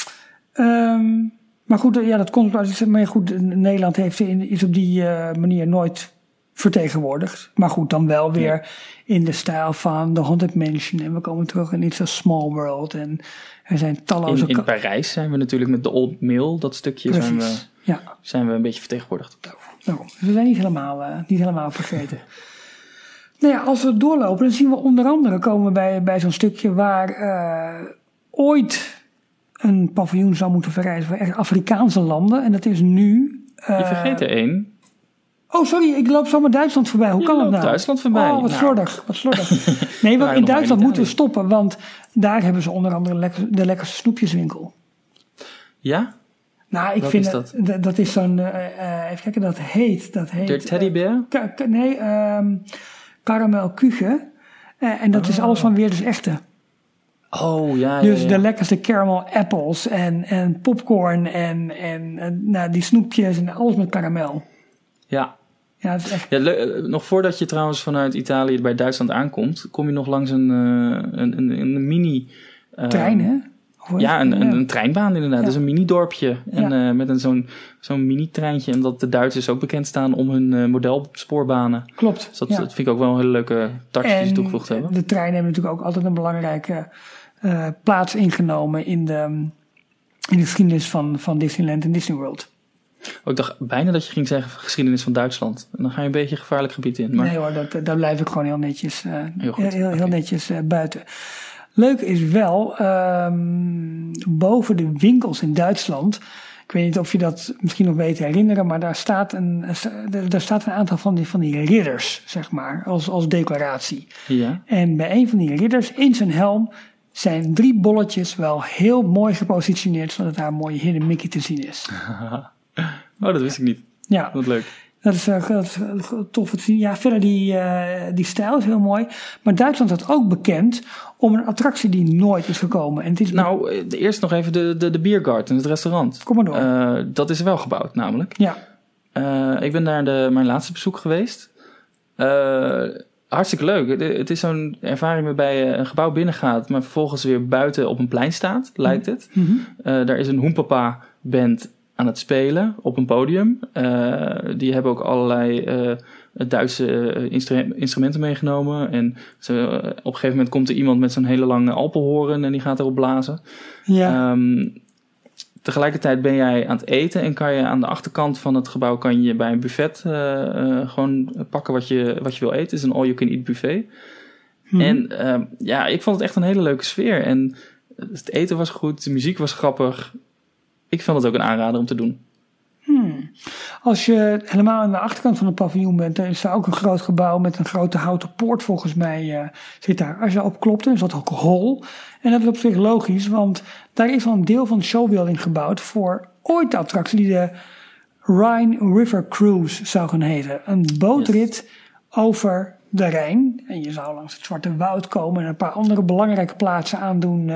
Maar goed, dat komt. Maar goed, Nederland heeft iets op die manier nooit vertegenwoordigd. Maar goed, dan wel weer in de stijl van The Haunted Mansion. En we komen terug in It's a Small World. En er zijn talloze... In Parijs zijn we natuurlijk met de Old Mill, dat stukje zijn we een beetje vertegenwoordigd. Daarom. Dus we zijn niet helemaal vergeten. Nou ja, als we doorlopen, dan zien we onder andere komen we bij zo'n stukje waar ooit een paviljoen zou moeten verrijzen voor echt Afrikaanse landen. En dat is nu... Je vergeet er één. Oh, sorry, ik loop zomaar Duitsland voorbij. Hoe kan dat nou? Duitsland voorbij. Oh, wat slordig. Nee, want in Duitsland moeten we stoppen, want daar hebben ze onder andere de lekkerste snoepjeswinkel. Ja? Nou, ik Wat vind is dat? Dat is zo'n... even kijken, dat heet... De teddybeer? Caramel kuchen. En dat is alles van Weerders Echte. Oh, ja. Dus de lekkerste caramel apples en popcorn en die snoepjes en alles met karamel. Ja. Ja, dat is echt... Ja, nog voordat je trouwens vanuit Italië bij Duitsland aankomt, kom je nog langs een mini... trein, hè? Een treinbaan inderdaad. Ja. Dus een mini-dorpje. Ja. En met zo'n mini-treintje. En dat de Duitsers ook bekend staan om hun modelsporbanen. Klopt. Dus dat vind ik ook wel een hele leuke touch die ze toegevoegd hebben. De treinen hebben natuurlijk ook altijd een belangrijke plaats ingenomen in de geschiedenis van Disneyland en Disney World. Ik dacht bijna dat je ging zeggen geschiedenis van Duitsland. En dan ga je een beetje een gevaarlijk gebied in. Maar... Nee hoor, daar blijf ik gewoon heel netjes, heel netjes buiten. Leuk is wel, boven de winkels in Duitsland, ik weet niet of je dat misschien nog weet herinneren, maar daar staat een aantal van die ridders, zeg maar, als decoratie. Ja. En bij een van die ridders, in zijn helm, zijn 3 bolletjes wel heel mooi gepositioneerd, zodat daar een mooie hidden Mickey te zien is. Oh, dat wist ik niet. Ja. Wat leuk. Dat is tof te zien. Ja, verder die stijl is heel mooi. Maar Duitsland is ook bekend om een attractie die nooit is gekomen. En het is eerst nog even de Biergarten, het restaurant. Kom maar door. Dat is wel gebouwd namelijk. Ja. Ik ben daar mijn laatste bezoek geweest. Hartstikke leuk. Het is zo'n ervaring waarbij je een gebouw binnengaat, maar vervolgens weer buiten op een plein staat, lijkt het. Mm-hmm. Daar is een Hoenpapa band aan het spelen op een podium. Die hebben ook allerlei Duitse instrumenten meegenomen. En op een gegeven moment komt er iemand met zo'n hele lange alpenhoorn en die gaat erop blazen. Ja. Tegelijkertijd ben jij aan het eten en kan je aan de achterkant van het gebouw kan je bij een buffet gewoon pakken wat je wil eten. Het is een all-you-can-eat buffet. Mm-hmm. En ik vond het echt een hele leuke sfeer. En het eten was goed, de muziek was grappig. Ik vond het ook een aanrader om te doen. Als je helemaal aan de achterkant van het paviljoen bent, dan is daar ook een groot gebouw met een grote houten poort volgens mij zit daar. Als je op klopt, dan is dat ook hol. En dat is op zich logisch, want daar is al een deel van de showbuilding gebouwd voor ooit de attractie die de Rhine River Cruise zou gaan heten. Een bootrit over de Rijn. En je zou langs het Zwarte Woud komen en een paar andere belangrijke plaatsen aandoen.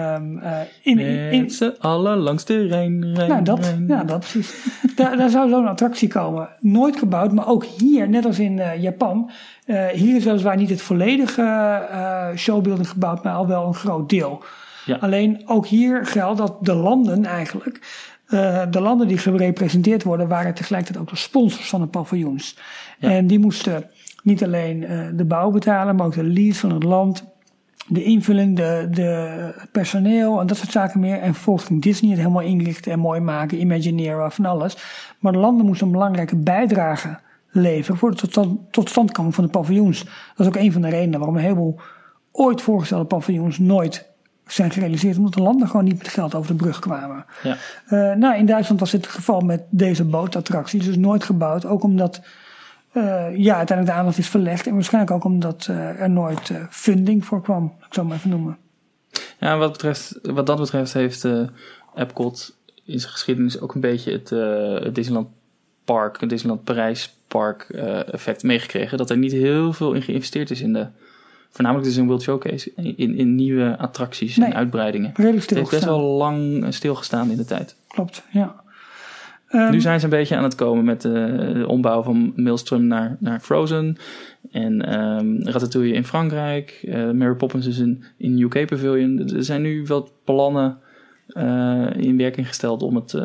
Met z'n allen langs de Rijn. Dat precies. Daar zou zo'n attractie komen. Nooit gebouwd, maar ook hier, net als in Japan. Hier is weliswaar niet het volledige showbuilding gebouwd, maar al wel een groot deel. Ja. Alleen ook hier geldt dat de landen eigenlijk, de landen die gerepresenteerd worden, waren tegelijkertijd ook de sponsors van de paviljoens. Ja. En die moesten niet alleen de bouw betalen, maar ook de lease van het land, de invulling, de personeel en dat soort zaken meer. En vervolgens ging Disney het helemaal inrichten en mooi maken, imagineren, van alles. Maar de landen moesten een belangrijke bijdrage leveren voor de totstandkoming van de paviljoens. Dat is ook een van de redenen waarom een heleboel ooit voorgestelde paviljoens nooit zijn gerealiseerd, omdat de landen gewoon niet met geld over de brug kwamen. Ja. In Duitsland was dit het geval met deze bootattractie, dus nooit gebouwd, ook omdat uiteindelijk de aandacht is verlegd en waarschijnlijk ook omdat er nooit funding voor kwam, ik zou het maar even noemen. Ja, wat dat betreft heeft Epcot in zijn geschiedenis ook een beetje het Disneyland Park, het Disneyland Parijs Park effect meegekregen. Dat er niet heel veel in geïnvesteerd is voornamelijk dus in World Showcase, in nieuwe attracties en uitbreidingen. Het heeft best wel lang stilgestaan in de tijd. Klopt, ja. Nu zijn ze een beetje aan het komen met de ombouw van Maelstrom naar Frozen. En Ratatouille in Frankrijk. Mary Poppins is in UK Pavilion. Er zijn nu wat plannen in werking gesteld om het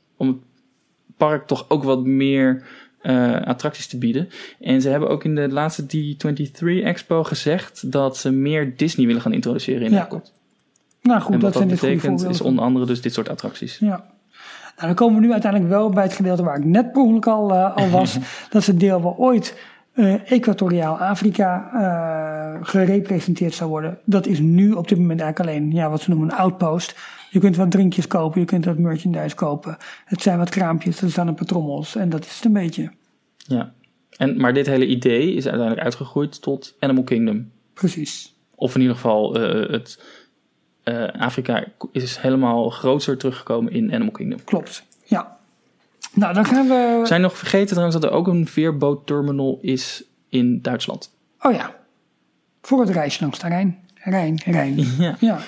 park toch ook wat meer attracties te bieden. En ze hebben ook in de laatste D23 Expo gezegd dat ze meer Disney willen gaan introduceren in Epcot. Nou goed, en wat dat zijn betekent is onder andere dus dit soort attracties. Ja. Nou, dan komen we nu uiteindelijk wel bij het gedeelte waar ik net per ongeluk al was. Dat is het deel waar ooit Equatoriaal Afrika gerepresenteerd zou worden. Dat is nu op dit moment eigenlijk alleen wat ze noemen een outpost. Je kunt wat drinkjes kopen, je kunt wat merchandise kopen. Het zijn wat kraampjes, er staan een paar trommels en dat is het een beetje. Ja, maar dit hele idee is uiteindelijk uitgegroeid tot Animal Kingdom. Precies. Of in ieder geval Afrika is helemaal grootser teruggekomen in Animal Kingdom. Klopt. Ja. Nou, dan gaan we... We zijn nog vergeten trouwens dat er ook een veerbootterminal is in Duitsland. Oh ja. Voor het reisje langs de Rijn. Rijn. Ja.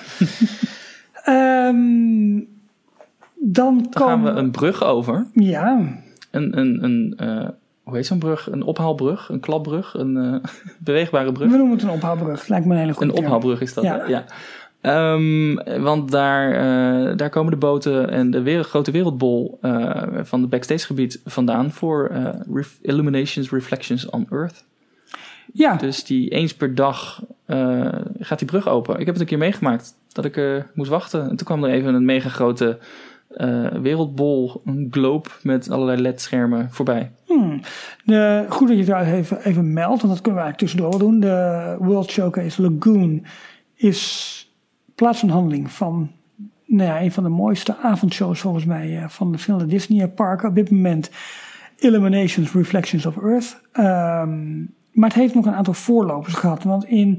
Dan gaan we een brug over. Ja. Hoe heet zo'n brug? Een ophaalbrug, een klapbrug, een beweegbare brug. We noemen het een ophaalbrug. Lijkt me een hele goede term. Ophaalbrug is dat, ja. Want daar komen de boten en de grote wereldbol van het backstagegebied vandaan voor Illuminations Reflections on Earth. Ja. Dus die eens per dag gaat die brug open. Ik heb het een keer meegemaakt dat ik moest wachten. En toen kwam er even een mega grote wereldbol, een globe met allerlei LED-schermen voorbij. Goed dat je het even meldt, want dat kunnen we eigenlijk tussendoor doen. De World Showcase Lagoon is plaats van handeling van een van de mooiste avondshows volgens mij van de verschillende Disney parken. Op dit moment Illuminations Reflections of Earth. Maar het heeft nog een aantal voorlopers gehad. Want in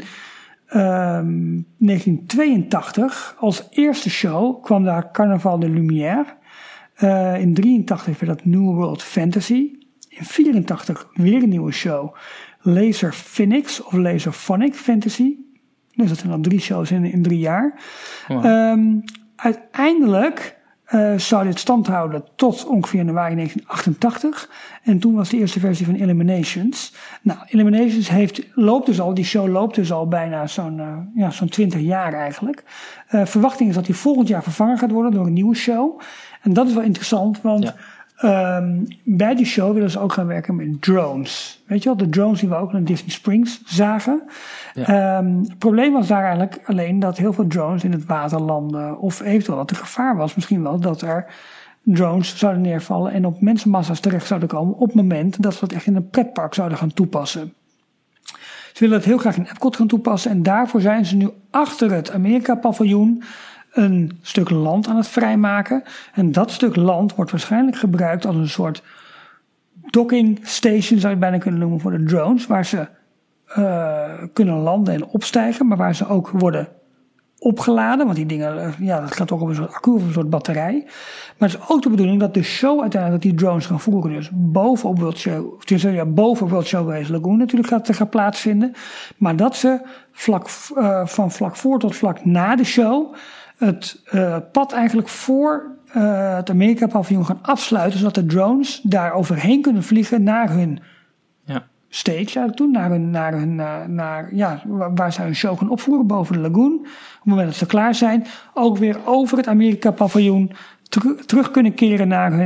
1982 als eerste show kwam daar Carnaval de Lumière. In 1983 werd dat New World Fantasy. In 1984 weer een nieuwe show. Laser Phoenix of Laserphonic Fantasy. Dus dat zijn dan 3 shows in 3 jaar. Wow. Uiteindelijk zou dit stand houden tot ongeveer januari 1988. En toen was de eerste versie van Illuminations. Nou, Illuminations die show loopt dus al bijna zo'n 20 jaar eigenlijk. Verwachting is dat die volgend jaar vervangen gaat worden door een nieuwe show. En dat is wel interessant, want bij die show willen ze ook gaan werken met drones. Weet je wel, de drones die we ook in Disney Springs zagen. Ja. Het probleem was daar eigenlijk alleen dat heel veel drones in het water landen. Of eventueel dat er gevaar was misschien wel dat er drones zouden neervallen en op mensenmassa's terecht zouden komen op het moment dat ze dat echt in een pretpark zouden gaan toepassen. Ze willen het heel graag in Epcot gaan toepassen en daarvoor zijn ze nu achter het Amerika-paviljoen een stuk land aan het vrijmaken. En dat stuk land wordt waarschijnlijk gebruikt als een soort docking station, zou je bijna kunnen noemen, voor de drones. Waar ze kunnen landen en opstijgen, maar waar ze ook worden opgeladen. Want die dingen, dat gaat ook op een soort accu of een soort batterij. Maar het is ook de bedoeling dat de show uiteindelijk dat die drones gaan voeren. Dus bovenop World Showcase Lagoon natuurlijk gaat plaatsvinden. Maar dat ze van vlak voor tot vlak na de show het pad eigenlijk voor het Amerika-paviljoen gaan afsluiten, zodat de drones daar overheen kunnen vliegen naar hun stage eigenlijk toe, waar ze hun show gaan opvoeren boven de lagoon. Op het moment dat ze klaar zijn, ook weer over het Amerika-paviljoen terug kunnen keren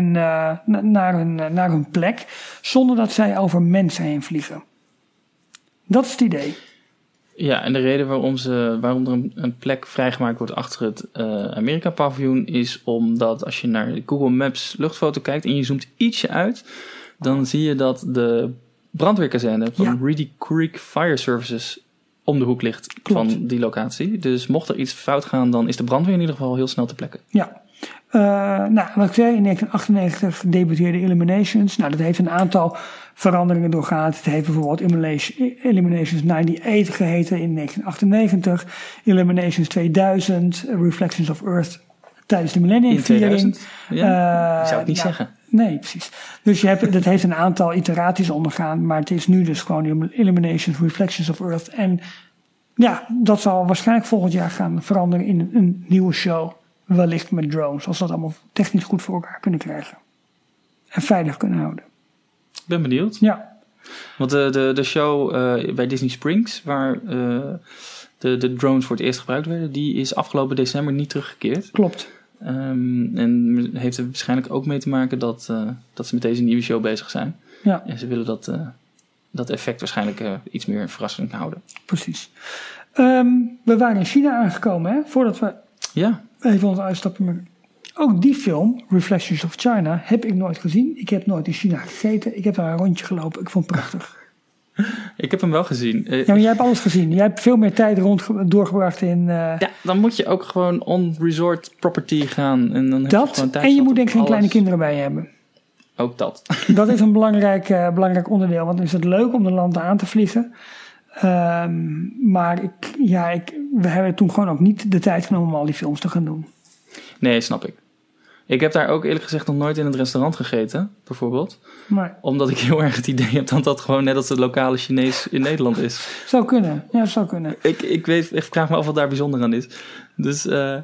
naar hun plek, zonder dat zij over mensen heen vliegen. Dat is het idee. Ja, en de reden waarom er een plek vrijgemaakt wordt achter het Amerika-paviljoen is omdat als je naar Google Maps luchtfoto kijkt en je zoomt ietsje uit, dan zie je dat de brandweerkazerne van Reedy Creek Fire Services om de hoek ligt. Klopt. Van die locatie. Dus mocht er iets fout gaan, dan is de brandweer in ieder geval heel snel ter plekke. Ja. Wat ik zei, in 1998 debuteerde Illuminations. Nou, dat heeft een aantal veranderingen doorgaan. Het heeft bijvoorbeeld Illuminations 98 geheten in 1998. Illuminations 2000, Reflections of Earth tijdens de millenniumviering. Ja, ik zou het niet zeggen. Nee, precies. Dus dat heeft een aantal iteraties ondergaan. Maar het is nu dus gewoon Illuminations, Reflections of Earth. En ja, dat zal waarschijnlijk volgend jaar gaan veranderen in een nieuwe show. Wellicht met drones, als we dat allemaal technisch goed voor elkaar kunnen krijgen. En veilig kunnen houden. Ik ben benieuwd. Ja. Want de show bij Disney Springs, waar de drones voor het eerst gebruikt werden, die is afgelopen december niet teruggekeerd. Klopt. En heeft er waarschijnlijk ook mee te maken dat ze met deze nieuwe show bezig zijn. Ja. En ze willen dat effect waarschijnlijk iets meer verrassing houden. Precies. We waren in China aangekomen, hè? Voordat we even ons uitstappen. Maar ook die film, Reflections of China, heb ik nooit gezien. Ik heb nooit in China gegeten. Ik heb daar een rondje gelopen. Ik vond het prachtig. Ik heb hem wel gezien. Ja, maar jij hebt alles gezien. Jij hebt veel meer tijd doorgebracht in... Ja, dan moet je ook gewoon on resort property gaan. En dan heb je gewoon tijd. En je moet denk ik geen kleine kinderen bij je hebben. Ook dat. Dat is een belangrijk onderdeel. Want dan is het leuk om de landen aan te vliegen. Maar we hebben toen gewoon ook niet de tijd genomen om al die films te gaan doen. Nee, snap ik. Ik heb daar ook eerlijk gezegd nog nooit in het restaurant gegeten, bijvoorbeeld. Maar Omdat ik heel erg het idee heb dat dat gewoon net als de lokale Chinees in Nederland is. zou kunnen. Ja, zou kunnen. Ik vraag me af wat daar bijzonder aan is. Dus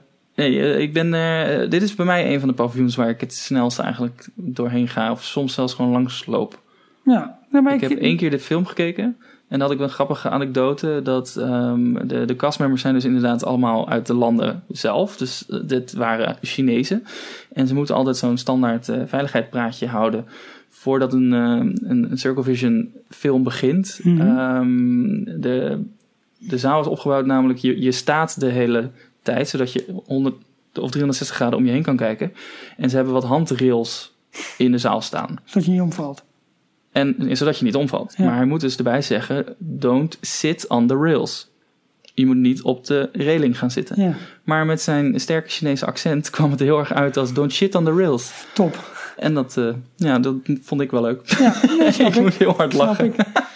dit is bij mij een van de paviljoens waar ik het snelst eigenlijk doorheen ga. Of soms zelfs gewoon langs loop. Ja. Nee, maar Ik heb 1 keer de film gekeken. En dan had ik een grappige anekdote dat de castmembers zijn dus inderdaad allemaal uit de landen zelf. Dus dit waren Chinezen. En ze moeten altijd zo'n standaard veiligheidspraatje houden voordat een Circle Vision film begint. De zaal is opgebouwd namelijk, je staat de hele tijd, zodat je 100 of 360 graden om je heen kan kijken. En ze hebben wat handrails in de zaal staan. Zodat je niet omvalt. En zodat je niet omvalt. Ja. Maar hij moet dus erbij zeggen, don't sit on the rails. Je moet niet op de reling gaan zitten. Ja. Maar met zijn sterke Chinese accent kwam het heel erg uit als don't shit on the rails. Top. En dat vond ik wel leuk. Ja, Ik moet heel hard lachen.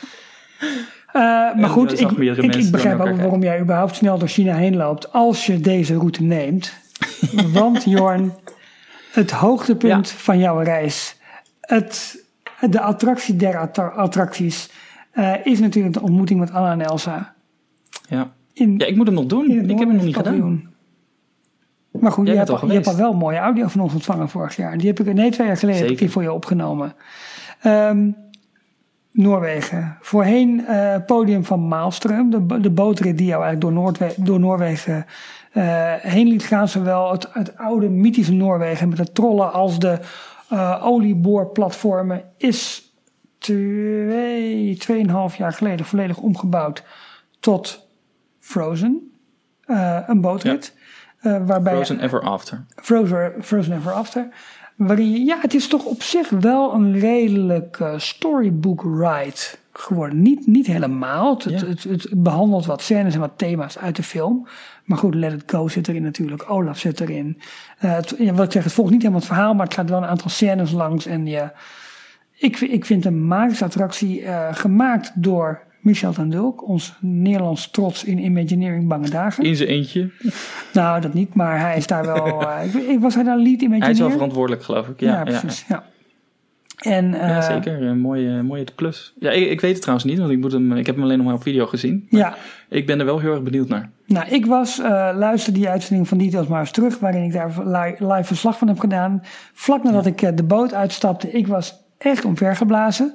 Maar goed, zag meerdere ik mensen begrijp door ook elkaar waarom jij überhaupt snel door China heen loopt als je deze route neemt. Want Jorn, het hoogtepunt van jouw reis, de attractie der attracties, is natuurlijk de ontmoeting met Anna en Elsa. Ja, ik moet hem nog doen. Ik heb hem nog niet gedaan. Maar goed, je hebt geweest. al wel een mooie audio van ons ontvangen vorig jaar. Die heb ik 2 jaar geleden heb ik die voor je opgenomen. Noorwegen. Voorheen podium van Maalström. De bootrit die jou eigenlijk door Noorwegen heen liet gaan. Zowel het oude mythische Noorwegen met de trollen als de olieboorplatformen is 2,5 jaar geleden volledig omgebouwd tot Frozen. Een bootrit. Waarbij Frozen Ever After. Frozen Ever After. Waarin het is toch op zich wel een redelijk storybook ride geworden. Niet helemaal. Het behandelt wat scènes en wat thema's uit de film. Maar goed, Let It Go zit erin natuurlijk. Olaf zit erin. Wat ik zeg, het volgt niet helemaal het verhaal, maar het gaat wel een aantal scènes langs. En ik vind een magische attractie gemaakt door Michel ten Dulk, ons Nederlands trots in Imagineering bange dagen. In zijn eentje. Nou, dat niet, maar hij is daar wel... was hij daar lead Imagineer? Hij is wel verantwoordelijk, geloof ik. Ja, precies. Ja. En, zeker. Een mooie klus. Ja, ik weet het trouwens niet, want ik heb hem alleen nog maar op video gezien. Ja. Ik ben er wel heel erg benieuwd naar. Nou, ik luister die uitzending van Details maar eens terug, waarin ik daar live verslag van heb gedaan. Vlak nadat ik de boot uitstapte, ik was echt omvergeblazen.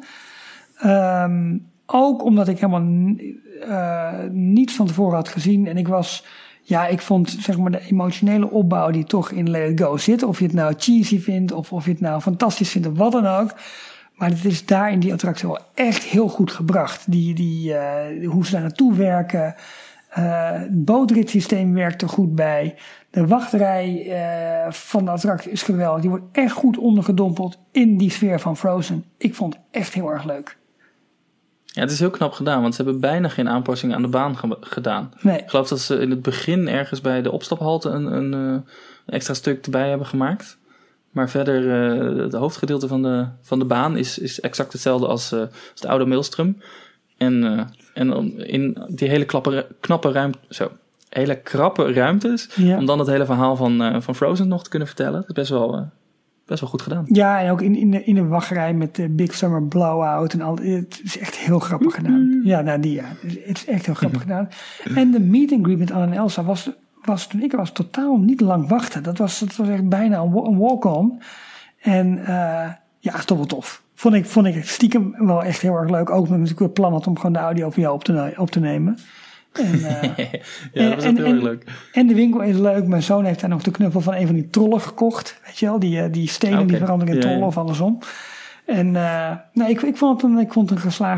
Ook omdat ik helemaal niets van tevoren had gezien. En ik vond zeg maar de emotionele opbouw die toch in Let It Go zit. Of je het nou cheesy vindt of je het nou fantastisch vindt of wat dan ook. Maar het is daar in die attractie wel echt heel goed gebracht. Hoe ze daar naartoe werken. Het bootritsysteem werkt er goed bij. De wachtrij van de attractie is geweldig. Die wordt echt goed ondergedompeld in die sfeer van Frozen. Ik vond het echt heel erg leuk. Ja, het is heel knap gedaan, want ze hebben bijna geen aanpassingen aan de baan gedaan. Nee. Ik geloof dat ze in het begin ergens bij de opstaphalte een extra stuk erbij hebben gemaakt. Maar verder, het hoofdgedeelte van de baan is exact hetzelfde als de oude Maelstrom. En in die hele hele krappe ruimtes, om dan het hele verhaal van Frozen nog te kunnen vertellen. Dat is best wel goed gedaan. Ja, en ook in de wachtrij met de Big Summer Blowout en al. Het is echt heel grappig gedaan. Ja, nou het is echt heel grappig gedaan. En de meet and greet met Anna en Elsa was toen ik er was totaal niet lang wachten. Dat was echt bijna een walk-on. En het is toch wel tof. Vond ik stiekem wel echt heel erg leuk. Ook omdat ik natuurlijk het plan had om gewoon de audio van jou op te nemen. En, dat was ook heel erg leuk. En de winkel is leuk. Mijn zoon heeft daar nog de knuffel van een van die trollen gekocht. Weet je wel, die stenen die veranderen in trollen of andersom. En ik vond het een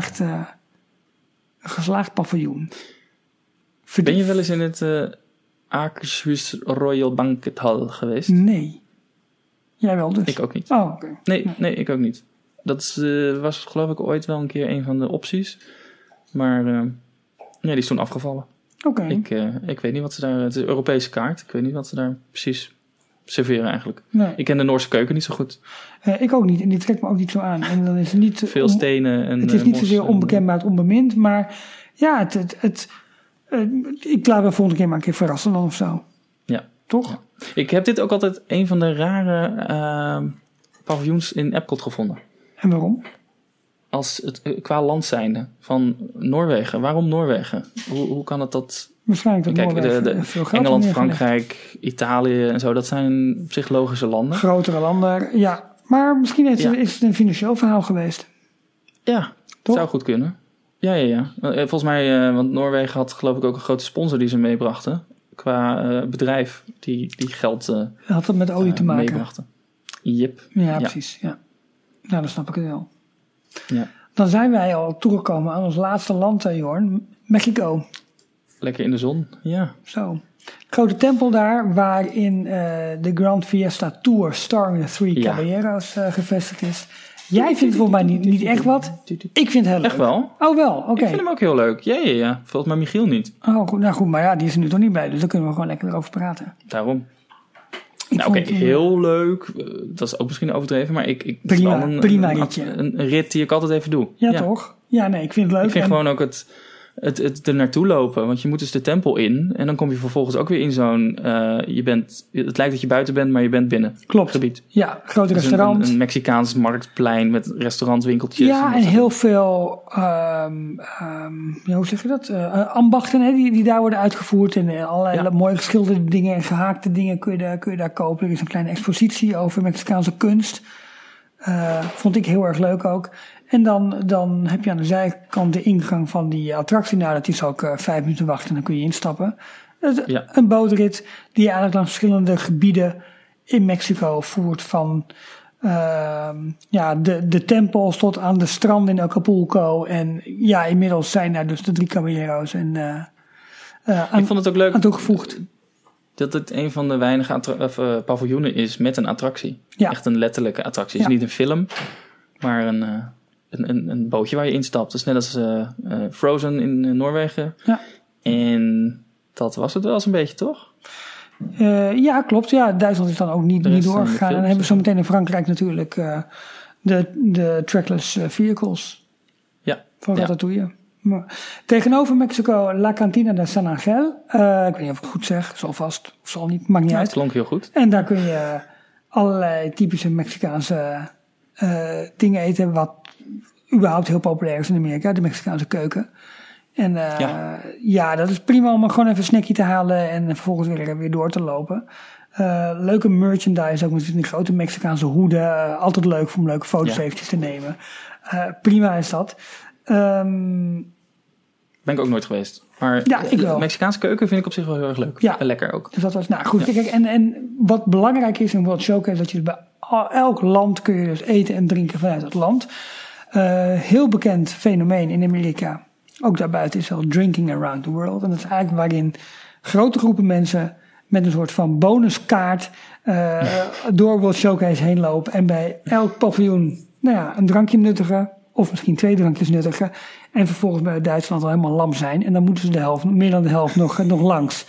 geslaagd paviljoen. Ben je wel eens in het Akershus Royal Banquet Hall geweest? Nee. Jij wel dus? Ik ook niet. Oh, oké. Nee, ik ook niet. Dat was geloof ik ooit wel een keer een van de opties. Maar die is toen afgevallen. Oké. Ik weet niet wat ze daar... Het is een Europese kaart. Ik weet niet wat ze daar precies serveren eigenlijk. Nee. Ik ken de Noorse keuken niet zo goed. Ik ook niet. En die trekt me ook niet zo aan. En dan is het niet... Veel stenen en... Het is niet zozeer onbekend, maar het onbemind. Maar ja, ik laat me volgende keer maar een keer verrassen dan of zo. Ja. toch? Ja. Ik heb dit ook altijd een van de rare paviljoens in Epcot gevonden. En waarom? Als het qua land zijnde van Noorwegen. Waarom Noorwegen? Hoe kan het dat... Waarschijnlijk dat Noorwegen veel geld Engeland, Frankrijk, Italië en zo. Dat zijn op zich logische landen. Grotere landen, ja. Maar misschien is het een financieel verhaal geweest. Ja, toch? Zou goed kunnen. Ja. Volgens mij, want Noorwegen had geloof ik ook een grote sponsor die ze meebrachten. Qua bedrijf die geld had het met olie te maken? Meebrachten. Yep. Ja, precies. Ja. Nou, dan snap ik het wel. Ja. Dan zijn wij al toegekomen aan ons laatste land, Jorn. Mexico. Lekker in de zon, ja. Zo. Grote tempel daar, waarin de Grand Fiesta Tour starring the Three Caballeros gevestigd is. Jij vindt het volgens mij niet echt wat. Ik vind het heel leuk. Echt wel? Oh wel, oké. Ik vind hem ook heel leuk. Ja. Volgens mij Michiel niet. Oh, goed, nou goed, maar ja, die is er nu toch niet bij. Dus daar kunnen we gewoon lekker over praten. Daarom. Oké, heel leuk. Dat is ook misschien overdreven, maar ik prima ritje. Een rit die ik altijd even doe. Ja, toch? Ja, nee, ik vind het leuk. Ik vind gewoon ook het er naartoe lopen. Want je moet dus de tempel in. En dan kom je vervolgens ook weer in zo'n... het lijkt dat je buiten bent, maar je bent binnen. Klopt. Gebied. Ja, grote restaurant. Een Mexicaans marktplein met restaurantwinkeltjes. Ja, en heel veel... hoe zeg je dat? Ambachten die daar worden uitgevoerd. En allerlei mooi geschilderde dingen en gehaakte dingen kun je daar kopen. Er is een kleine expositie over Mexicaanse kunst. Vond ik heel erg leuk ook. En dan heb je aan de zijkant de ingang van die attractie. Nou, dat is ook 5 minuten wachten en dan kun je instappen. Een bootrit die je eigenlijk langs verschillende gebieden in Mexico voert. Van de tempels tot aan de stranden in Acapulco. En ja, inmiddels zijn daar dus de 3 caballeros ik vond het ook leuk aan toegevoegd. Dat het een van de weinige paviljoenen is met een attractie. Ja. Echt een letterlijke attractie. Het is niet een film, maar een bootje waar je instapt. Dus net als Frozen in Noorwegen. Ja. En dat was het wel eens een beetje, toch? Ja, klopt. Ja, Duitsland is dan ook niet doorgegaan. En dan hebben we zo meteen in Frankrijk natuurlijk de trackless vehicles. Ja. Van Ratatouille. Maar tegenover Mexico, La Cantina de San Angel. Ik weet niet of ik het goed zeg. Zal vast of zal niet. Maakt niet uit. Het klonk heel goed. En daar kun je allerlei typische Mexicaanse dingen eten. Wat überhaupt heel populair is in Amerika. De Mexicaanse keuken. En dat is prima om gewoon even een snackje te halen. En vervolgens weer door te lopen. Leuke merchandise. Ook met die grote Mexicaanse hoeden. Altijd leuk om leuke foto's eventjes te nemen. Prima is dat. Ben ik ook nooit geweest. Maar ik wel. De Mexicaanse keuken vind ik op zich wel heel erg leuk. Ja. En lekker ook. Dus dat was, nou goed. Ja. Kijk, en wat belangrijk is in World Showcase, dat je bij elk land kun je dus eten en drinken vanuit het land. Heel bekend fenomeen in Amerika, ook daarbuiten, is wel drinking around the world. En dat is eigenlijk waarin grote groepen mensen met een soort van bonuskaart door World Showcase heen lopen. En bij elk paviljoen een drankje nuttigen. Of misschien 2 drankjes nuttigen. En vervolgens bij Duitsland al helemaal lam zijn. En dan moeten ze meer dan de helft nog langs.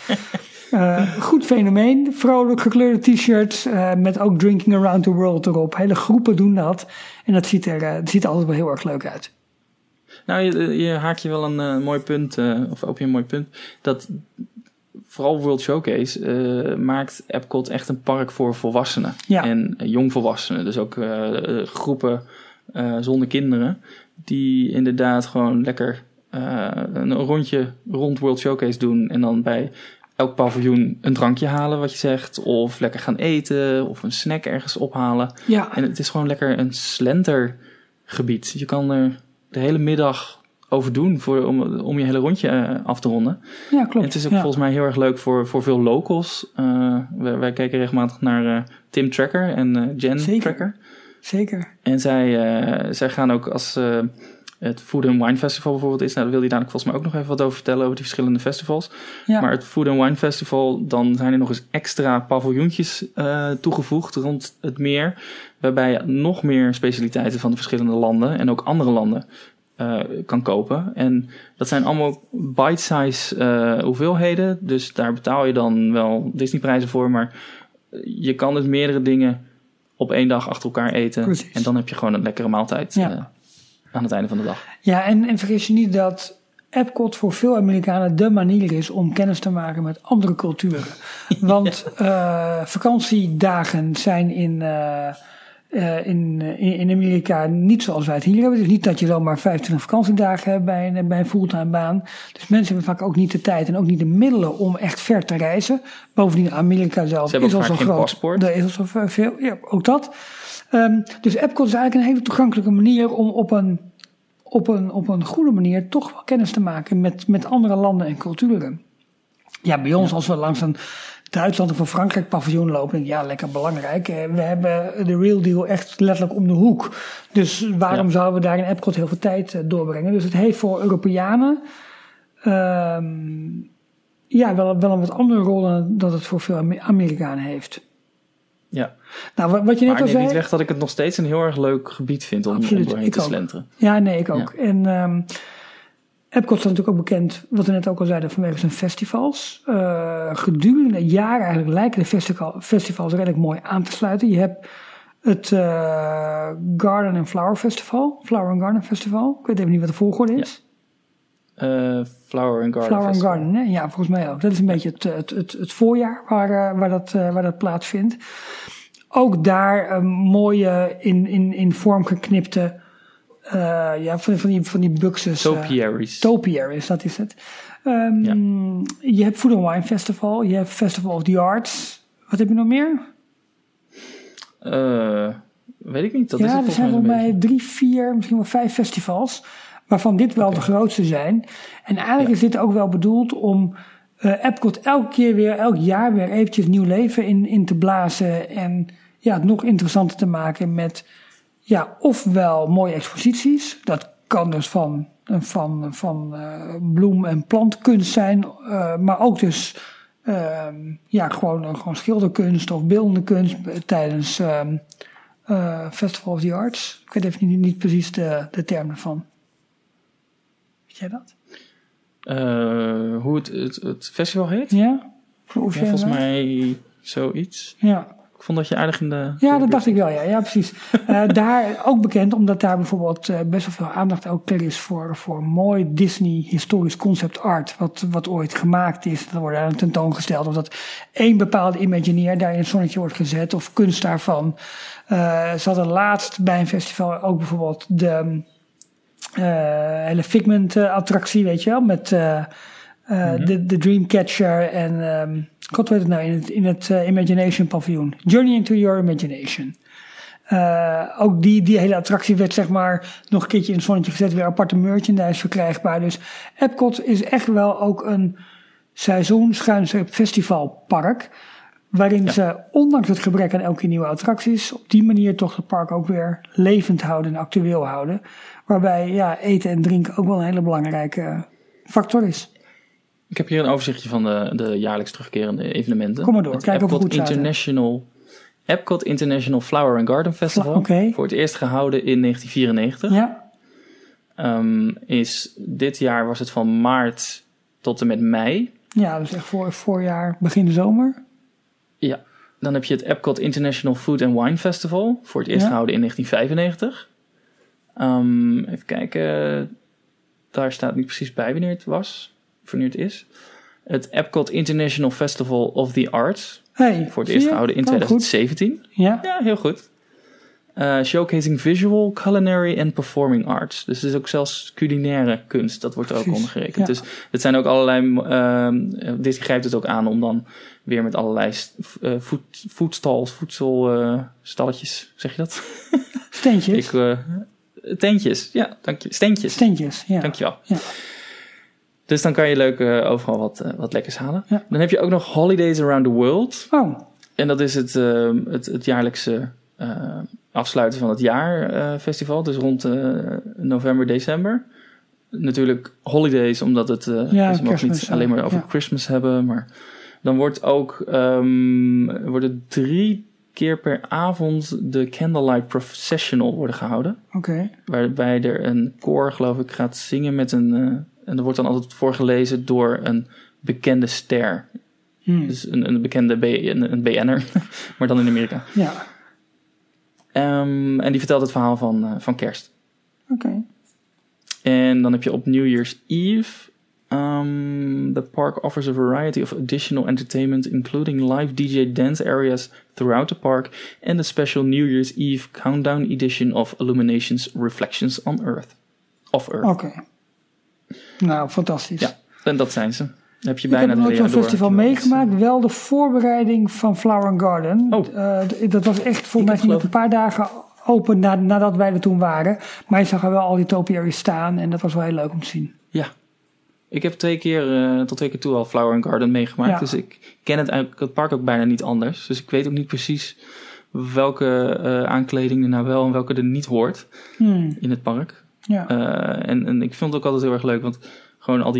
Goed fenomeen. Vrolijk gekleurde t-shirts. Met ook drinking around the world erop. Hele groepen doen dat. En dat ziet er altijd wel heel erg leuk uit. Nou, je haak je wel een mooi punt. Of open je een mooi punt. Dat vooral World Showcase maakt Epcot echt een park voor volwassenen. Ja. En jongvolwassenen. Dus ook groepen zonder kinderen. Die inderdaad gewoon lekker een rondje rond World Showcase doen. En dan bij elk paviljoen een drankje halen, wat je zegt. Of lekker gaan eten. Of een snack ergens ophalen. Ja. En het is gewoon lekker een slentergebied. Je kan er de hele middag over doen om je hele rondje af te ronden. Ja, klopt. En het is ook volgens mij heel erg leuk voor veel locals. Wij kijken regelmatig naar Tim Tracker en Jen Tracker. Zeker. En zij gaan ook als het Food and Wine Festival bijvoorbeeld is. Nou, daar wil hij dadelijk volgens mij ook nog even wat over vertellen over die verschillende festivals. Ja. Maar het Food and Wine Festival, dan zijn er nog eens extra paviljoentjes toegevoegd rond het meer. Waarbij je nog meer specialiteiten van de verschillende landen en ook andere landen kan kopen. En dat zijn allemaal bite-size hoeveelheden. Dus daar betaal je dan wel Disneyprijzen voor. Maar je kan dus meerdere dingen op 1 dag achter elkaar eten. Precies. En dan heb je gewoon een lekkere maaltijd aan het einde van de dag. Ja, en vergis je niet dat Epcot voor veel Amerikanen de manier is om kennis te maken met andere culturen. Want vakantiedagen zijn in Amerika niet zoals wij het hier hebben. Het is niet dat je zomaar 25 vakantiedagen hebt bij een fulltime baan. Dus mensen hebben vaak ook niet de tijd en ook niet de middelen om echt ver te reizen. Bovendien Amerika zelf is al zo groot. Paspoort. Er is al zoveel. Ja, ook dat. Dus Epcot is eigenlijk een hele toegankelijke manier om op een goede manier toch wel kennis te maken met andere landen en culturen. Ja, bij ons als we langs een Duitsland of een Frankrijk paviljoen lopen, denk ik, ja, lekker belangrijk. We hebben de real deal echt letterlijk om de hoek. Dus waarom zouden we daar in Epcot heel veel tijd doorbrengen? Dus het heeft voor Europeanen wel een wat andere rol dan dat het voor veel Amerikanen heeft. Ja, nou, wat je net al zei, niet weg dat ik het nog steeds een heel erg leuk gebied vind om doorheen te slenteren. Ja, nee, ik ook. Ja. En Epcot is natuurlijk ook bekend, wat we net ook al zeiden, vanwege zijn festivals. Gedurende het jaar eigenlijk lijken de festivals redelijk mooi aan te sluiten. Je hebt het Garden and Flower Festival, Flower and Garden Festival. Ik weet even niet wat de volgorde is. Ja. Flower and Garden Flower and Garden, hè? Ja, volgens mij ook. Dat is een beetje het voorjaar waar dat plaatsvindt. Ook daar mooie in vorm geknipte van die buxus. Topiaries, dat is het. Je hebt Food and Wine Festival. Je hebt Festival of the Arts. Wat heb je nog meer? Weet ik niet. Dat ja, is het er zijn volgens mij 3, 4, misschien wel 5 festivals. Waarvan dit wel de grootste zijn. En eigenlijk is dit ook wel bedoeld om Epcot elk jaar weer eventjes nieuw leven in te blazen. En het nog interessanter te maken met ofwel mooie exposities. Dat kan dus van bloem- en plantkunst zijn. Maar ook dus gewoon schilderkunst of beeldende kunst tijdens Festival of the Arts. Ik weet even niet precies de term ervan. Weet jij dat? Hoe het festival heet? Ja, volgens mij zoiets. Ja. Ik vond dat je aardig in de... Ja, dat dacht ik wel, ja precies. Daar ook bekend, omdat daar bijvoorbeeld best wel veel aandacht ook is voor mooi Disney historisch concept art, wat ooit gemaakt is. Dat wordt daar een tentoongesteld, of dat één bepaalde Imagineer daar in het zonnetje wordt gezet, of kunst daarvan. Ze hadden laatst bij een festival ook bijvoorbeeld de hele Figment attractie, weet je wel, met de Dreamcatcher en God weet het nou, in het Imagination paviljoen. Journey into your imagination. Ook die hele attractie werd zeg maar nog een keertje in het zonnetje gezet, weer aparte merchandise verkrijgbaar. Dus Epcot is echt wel ook een festivalpark, waarin ze ondanks het gebrek aan elke nieuwe attracties op die manier toch het park ook weer levend houden en actueel houden. Waarbij eten en drinken ook wel een hele belangrijke factor is. Ik heb hier een overzichtje van de jaarlijks terugkerende evenementen. Kom maar door, kijk of we goed zaten. Epcot International Flower and Garden Festival. Voor het eerst gehouden in 1994. Ja. Dit jaar was het van maart tot en met mei. Ja, dus echt voorjaar, begin de zomer. Ja. Dan heb je het Epcot International Food and Wine Festival. Voor het eerst gehouden in 1995. Even kijken. Daar staat niet precies bij wanneer het was. Wanneer het is. Het Epcot International Festival of the Arts. Voor het eerst gehouden in 2017. Ja, heel goed. Showcasing visual, culinary en performing arts. Dus het is ook zelfs culinaire kunst. Dat wordt er ook onder gerekend. Ja. Dus het zijn ook allerlei... Disney grijpt het ook aan om dan weer met allerlei voedstalletjes, zeg je dat? Steentjes. Tentjes, ja, dank je. Steentjes, ja. Dankjewel. Ja. Dus dan kan je leuk overal wat lekkers halen. Ja. Dan heb je ook nog Holidays Around the World. Oh. En dat is het jaarlijkse afsluiten van het jaarfestival. Dus rond november, december. Natuurlijk holidays, omdat het ze mogen niet alleen maar over Christmas hebben. Maar dan wordt ook worden 3 keer per avond de Candlelight Processional worden gehouden. Oké. Waarbij er een koor, geloof ik, gaat zingen met en er wordt dan altijd voorgelezen door een bekende ster. Dus een bekende een BN'er, maar dan in Amerika. Ja. En die vertelt het verhaal van kerst. Oké. En dan heb je op New Year's Eve... the park offers a variety of additional entertainment, including live DJ dance areas throughout the park and a special New Year's Eve countdown edition of Illuminations Reflections on Earth. Oké. Nou, fantastisch. Ja, en dat zijn ze. Dan heb je ik bijna heb nooit zo'n festival meegemaakt. Wel de voorbereiding van Flower and Garden. Dat was echt volgens mij een paar dagen open nadat wij er toen waren. Maar je zag er wel al die topiaries staan en dat was wel heel leuk om te zien. Ja. Ik heb tot 2 keer toe al Flower and Garden meegemaakt. Ja. Dus ik ken het park ook bijna niet anders. Dus ik weet ook niet precies welke aankleding er nou wel en welke er niet hoort in het park. Ja. En ik vond het ook altijd heel erg leuk. Want gewoon al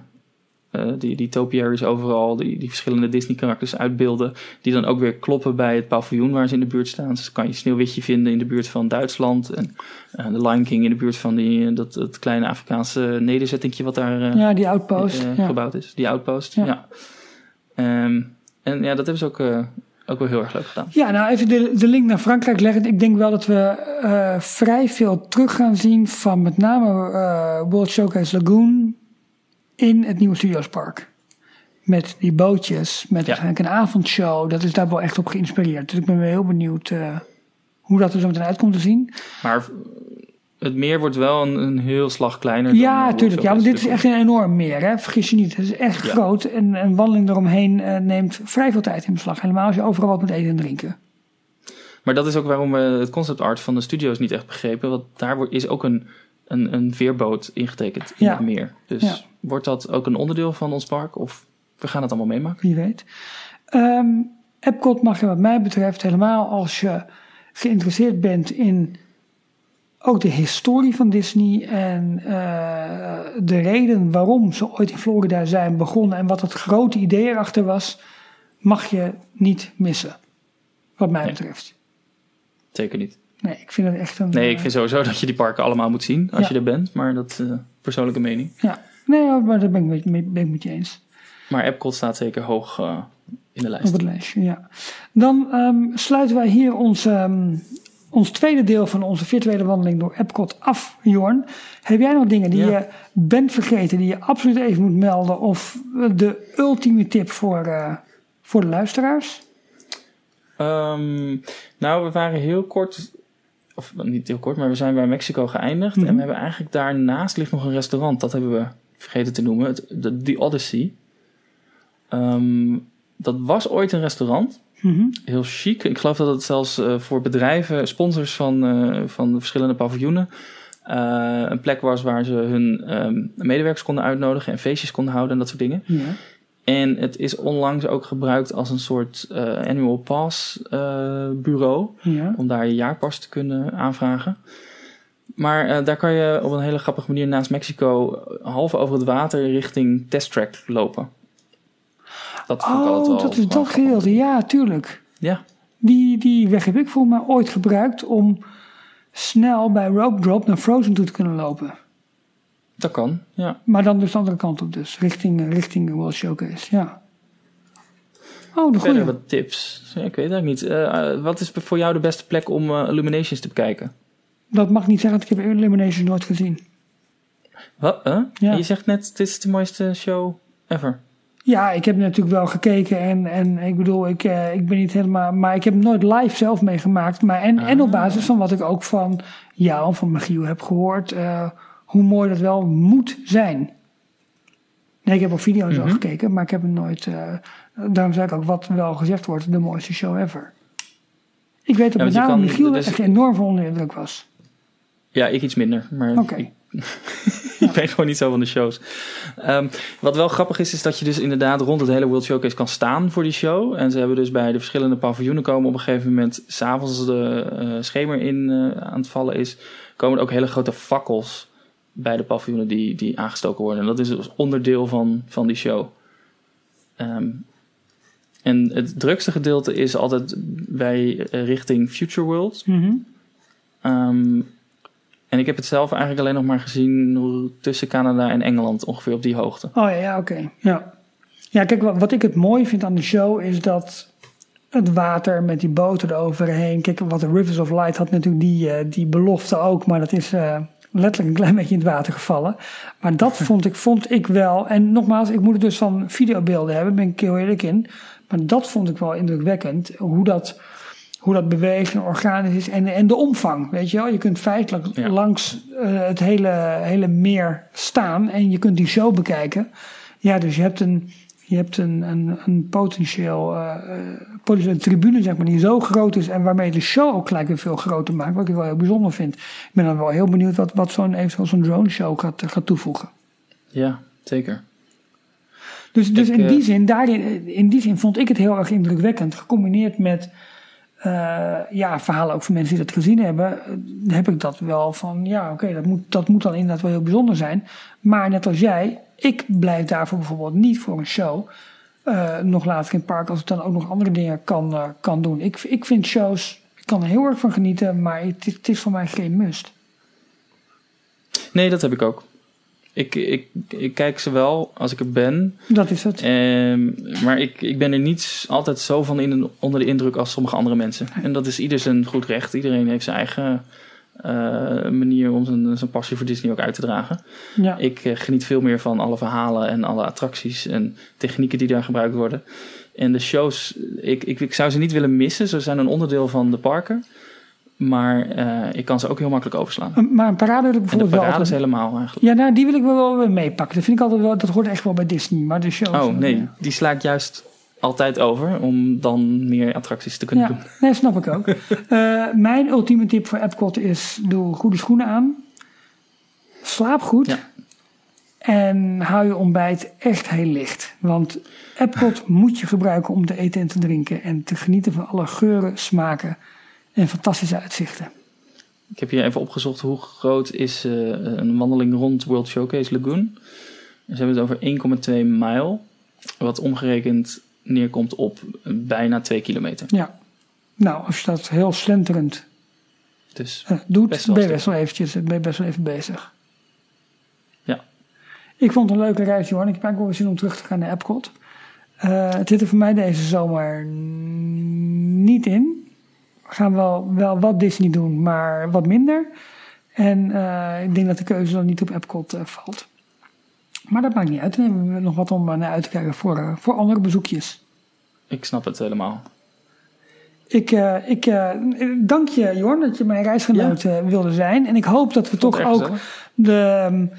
die topiaries overal, die verschillende Disney-karakters uitbeelden, die dan ook weer kloppen bij het paviljoen waar ze in de buurt staan. Dus kan je Sneeuwwitje vinden in de buurt van Duitsland en de Lion King in de buurt van dat kleine Afrikaanse nederzettingje wat daar die outpost gebouwd is. Die outpost, ja. En ja, dat hebben ze ook wel heel erg leuk gedaan. Ja, nou even de link naar Frankrijk leggen. Ik denk wel dat we vrij veel terug gaan zien van met name World Showcase Lagoon in het nieuwe Studiospark. Met die bootjes, met waarschijnlijk een avondshow. Dat is daar wel echt op geïnspireerd. Dus ik ben wel heel benieuwd hoe dat er zo meteen uit komt te zien. Maar het meer wordt wel een heel slag kleiner. Ja, natuurlijk. Ja, maar dit is echt een enorm meer. Hè? Vergis je niet. Het is echt groot. En een wandeling eromheen neemt vrij veel tijd in beslag. Helemaal als je overal wat moet eten en drinken. Maar dat is ook waarom we het concept art van de studio's niet echt begrepen. Want daar is ook een veerboot ingetekend in het meer. Dus wordt dat ook een onderdeel van ons park? Of we gaan het allemaal meemaken? Wie weet. Epcot mag je wat mij betreft helemaal als je geïnteresseerd bent in ook de historie van Disney en de reden waarom ze ooit in Florida zijn begonnen en wat het grote idee erachter was, mag je niet missen. Wat mij betreft. Zeker niet. Nee, ik vind het echt een... Nee, ik vind sowieso dat je die parken allemaal moet zien als je er bent. Maar dat persoonlijke mening. Ja, nee, maar dat ben ik met je eens. Maar Epcot staat zeker hoog in de lijst. Op het lijstje, ja. Dan sluiten wij hier ons tweede deel van onze virtuele wandeling door Epcot af, Jorn. Heb jij nog dingen die je bent vergeten, die je absoluut even moet melden? Of de ultieme tip voor de luisteraars? Nou, we waren heel kort, of niet heel kort, maar we zijn bij Mexico geëindigd. En we hebben eigenlijk daarnaast ligt nog een restaurant. Dat hebben we vergeten te noemen. The Odyssey. Dat was ooit een restaurant. Heel chic. Ik geloof dat het zelfs voor bedrijven, sponsors van verschillende paviljoenen, een plek was waar ze hun medewerkers konden uitnodigen en feestjes konden houden en dat soort dingen. Ja. En het is onlangs ook gebruikt als een soort annual pass bureau. Ja. Om daar je jaarpas te kunnen aanvragen. Maar daar kan je op een hele grappige manier naast Mexico half over het water richting Test Track lopen. Dat vond ik altijd wel. Dat is dat gedeelte. Ja, tuurlijk. Ja. Die weg heb ik volgens mij ooit gebruikt om snel bij Rope Drop naar Frozen toe te kunnen lopen. Dat kan, ja. Maar dan dus de andere kant op dus. Richting World Showcase, ja. Oh, de goeie. Verder wat tips. Ja, ik weet het eigenlijk niet. Wat is voor jou de beste plek om Illuminations te bekijken? Dat mag niet zeggen, want ik heb Illuminations nooit gezien. Wat? Ja. Je zegt net, dit is de mooiste show ever. Ja, ik heb natuurlijk wel gekeken en ik bedoel, ik ben niet helemaal... Maar ik heb nooit live zelf meegemaakt. Maar en op basis van wat ik ook van jou, van Michiel heb gehoord, hoe mooi dat wel moet zijn. Nee, ik heb op video's al gekeken, maar ik heb het nooit... daarom zei ik ook wat wel gezegd wordt, de mooiste show ever. Ik weet dat met name Michiel echt enorm van onder de indruk was. Ja, ik iets minder. Maar Oké. Ik weet gewoon niet zo van de shows. Wat wel grappig is dat je dus inderdaad rond het hele World Showcase kan staan voor die show. En ze hebben dus bij de verschillende paviljoenen komen op een gegeven moment, 's avonds als de schemer aan het vallen is, komen er ook hele grote fakkels bij de paviljoenen die aangestoken worden. En dat is dus onderdeel van die show. En het drukste gedeelte is altijd bij richting Future World. En ik heb het zelf eigenlijk alleen nog maar gezien tussen Canada en Engeland, ongeveer op die hoogte. Oh ja, oké. Ja. Ja, kijk, wat ik het mooi vind aan de show is dat het water met die boten eroverheen. Kijk, wat de Rivers of Light had natuurlijk die belofte ook, maar dat letterlijk een klein beetje in het water gevallen. Maar dat vond ik wel. En nogmaals, ik moet het dus van videobeelden hebben, ben ik heel eerlijk in. Maar dat vond ik wel indrukwekkend. Hoe dat beweegt en organisch is. En de omvang, weet je wel. Je kunt feitelijk langs het hele meer staan. En je kunt die show bekijken. Ja, dus je hebt een potentiële tribune, zeg maar, die zo groot is. En waarmee de show ook gelijk weer veel groter maakt. Wat ik wel heel bijzonder vind. Ik ben dan wel heel benieuwd wat zo'n drone show gaat toevoegen. Ja, zeker. Dus in die zin vond ik het heel erg indrukwekkend. Gecombineerd met verhalen ook van mensen die dat gezien hebben. Heb ik dat wel van, dat moet dan inderdaad wel heel bijzonder zijn. Maar net als jij, ik blijf daarvoor bijvoorbeeld niet voor een show. Nog later in het park, als ik dan ook nog andere dingen kan doen. Ik vind shows, ik kan er heel erg van genieten, maar het is voor mij geen must. Nee, dat heb ik ook. Ik kijk ze wel als ik er ben. Dat is het. Maar ik ben er niet altijd zo van onder de indruk als sommige andere mensen. En dat is ieder zijn goed recht. Iedereen heeft zijn eigen manier om zijn passie voor Disney ook uit te dragen. Ja. Ik geniet veel meer van alle verhalen en alle attracties en technieken die daar gebruikt worden. En de shows, ik zou ze niet willen missen. Ze zijn een onderdeel van de parken. Maar ik kan ze ook heel makkelijk overslaan. Maar een parade wil ik bijvoorbeeld wel. En de parades helemaal eigenlijk. Ja, nou, die wil ik wel weer meepakken. Dat vind ik altijd wel, dat hoort echt wel bij Disney. Maar de shows... Oh nee, die sla ik juist altijd over om dan meer attracties te kunnen doen. Nee, snap ik ook. Mijn ultieme tip voor Epcot is: doe goede schoenen aan. Slaap goed. Ja. En hou je ontbijt echt heel licht. Want Epcot moet je gebruiken om te eten en te drinken. En te genieten van alle geuren, smaken en fantastische uitzichten. Ik heb hier even opgezocht hoe groot is een wandeling rond World Showcase Lagoon. Ze hebben het over 1,2 mijl. Wat omgerekend neerkomt op bijna 2 kilometer. Ja. Nou, als je dat heel slenterend doet, ben je best wel even bezig. Ja. Ik vond het een leuke reis, Johan. Ik heb eigenlijk wel zin om terug te gaan naar Epcot. Het zit er voor mij deze zomer niet in. We gaan wel wat Disney doen, maar wat minder. En ik denk dat de keuze dan niet op Epcot valt. Maar dat maakt niet uit. Dan hebben we nog wat om naar uit te kijken voor andere bezoekjes. Ik snap het helemaal. Ik dank je, Jorn, dat je mijn reisgenoot wilde zijn. En ik hoop dat we toch ook de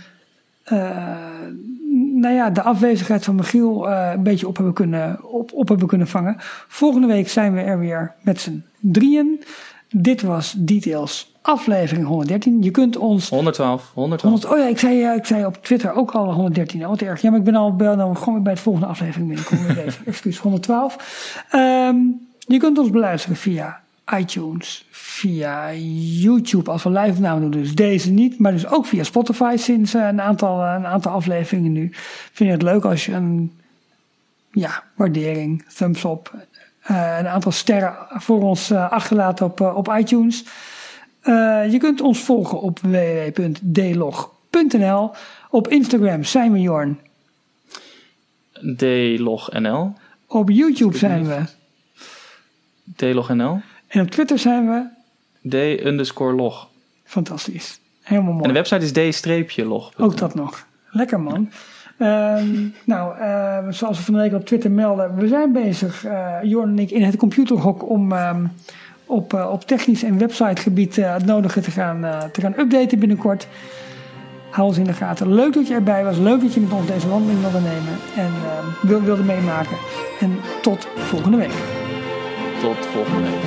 afwezigheid van Michiel een beetje op hebben kunnen vangen. Volgende week zijn we er weer met z'n drieën. Dit was Details, aflevering 113. Je kunt ons... 112. Oh ja, ik zei op Twitter ook al 113. Wat erg. Ja, maar ik ben al gewoon bij de volgende aflevering binnenkomen. Excuus, 112. Je kunt ons beluisteren via iTunes, via YouTube als we live opname doen. Dus deze niet, maar dus ook via Spotify sinds een aantal afleveringen nu. Vind je het leuk als je een waardering, thumbs up, een aantal sterren voor ons achterlaat op iTunes. Je kunt ons volgen op www.dlog.nl. Op Instagram zijn we Jorn. dlognl. Op YouTube zijn we dlognl. En op Twitter zijn we d_log. Fantastisch. Helemaal mooi. En de website is d-log. Ook dat nog. Lekker man. Zoals we van de week op Twitter melden, we zijn bezig, Jorn en ik, in het computerhok om op technisch en websitegebied het nodige te gaan updaten binnenkort. Hou ons in de gaten. Leuk dat je erbij was. Leuk dat je met ons deze wandeling wilde nemen en wilde meemaken. En tot volgende week. Tot volgende week.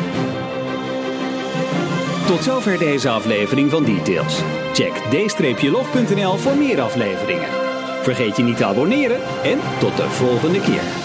Tot zover deze aflevering van Details. Check d-log.nl voor meer afleveringen. Vergeet je niet te abonneren en tot de volgende keer.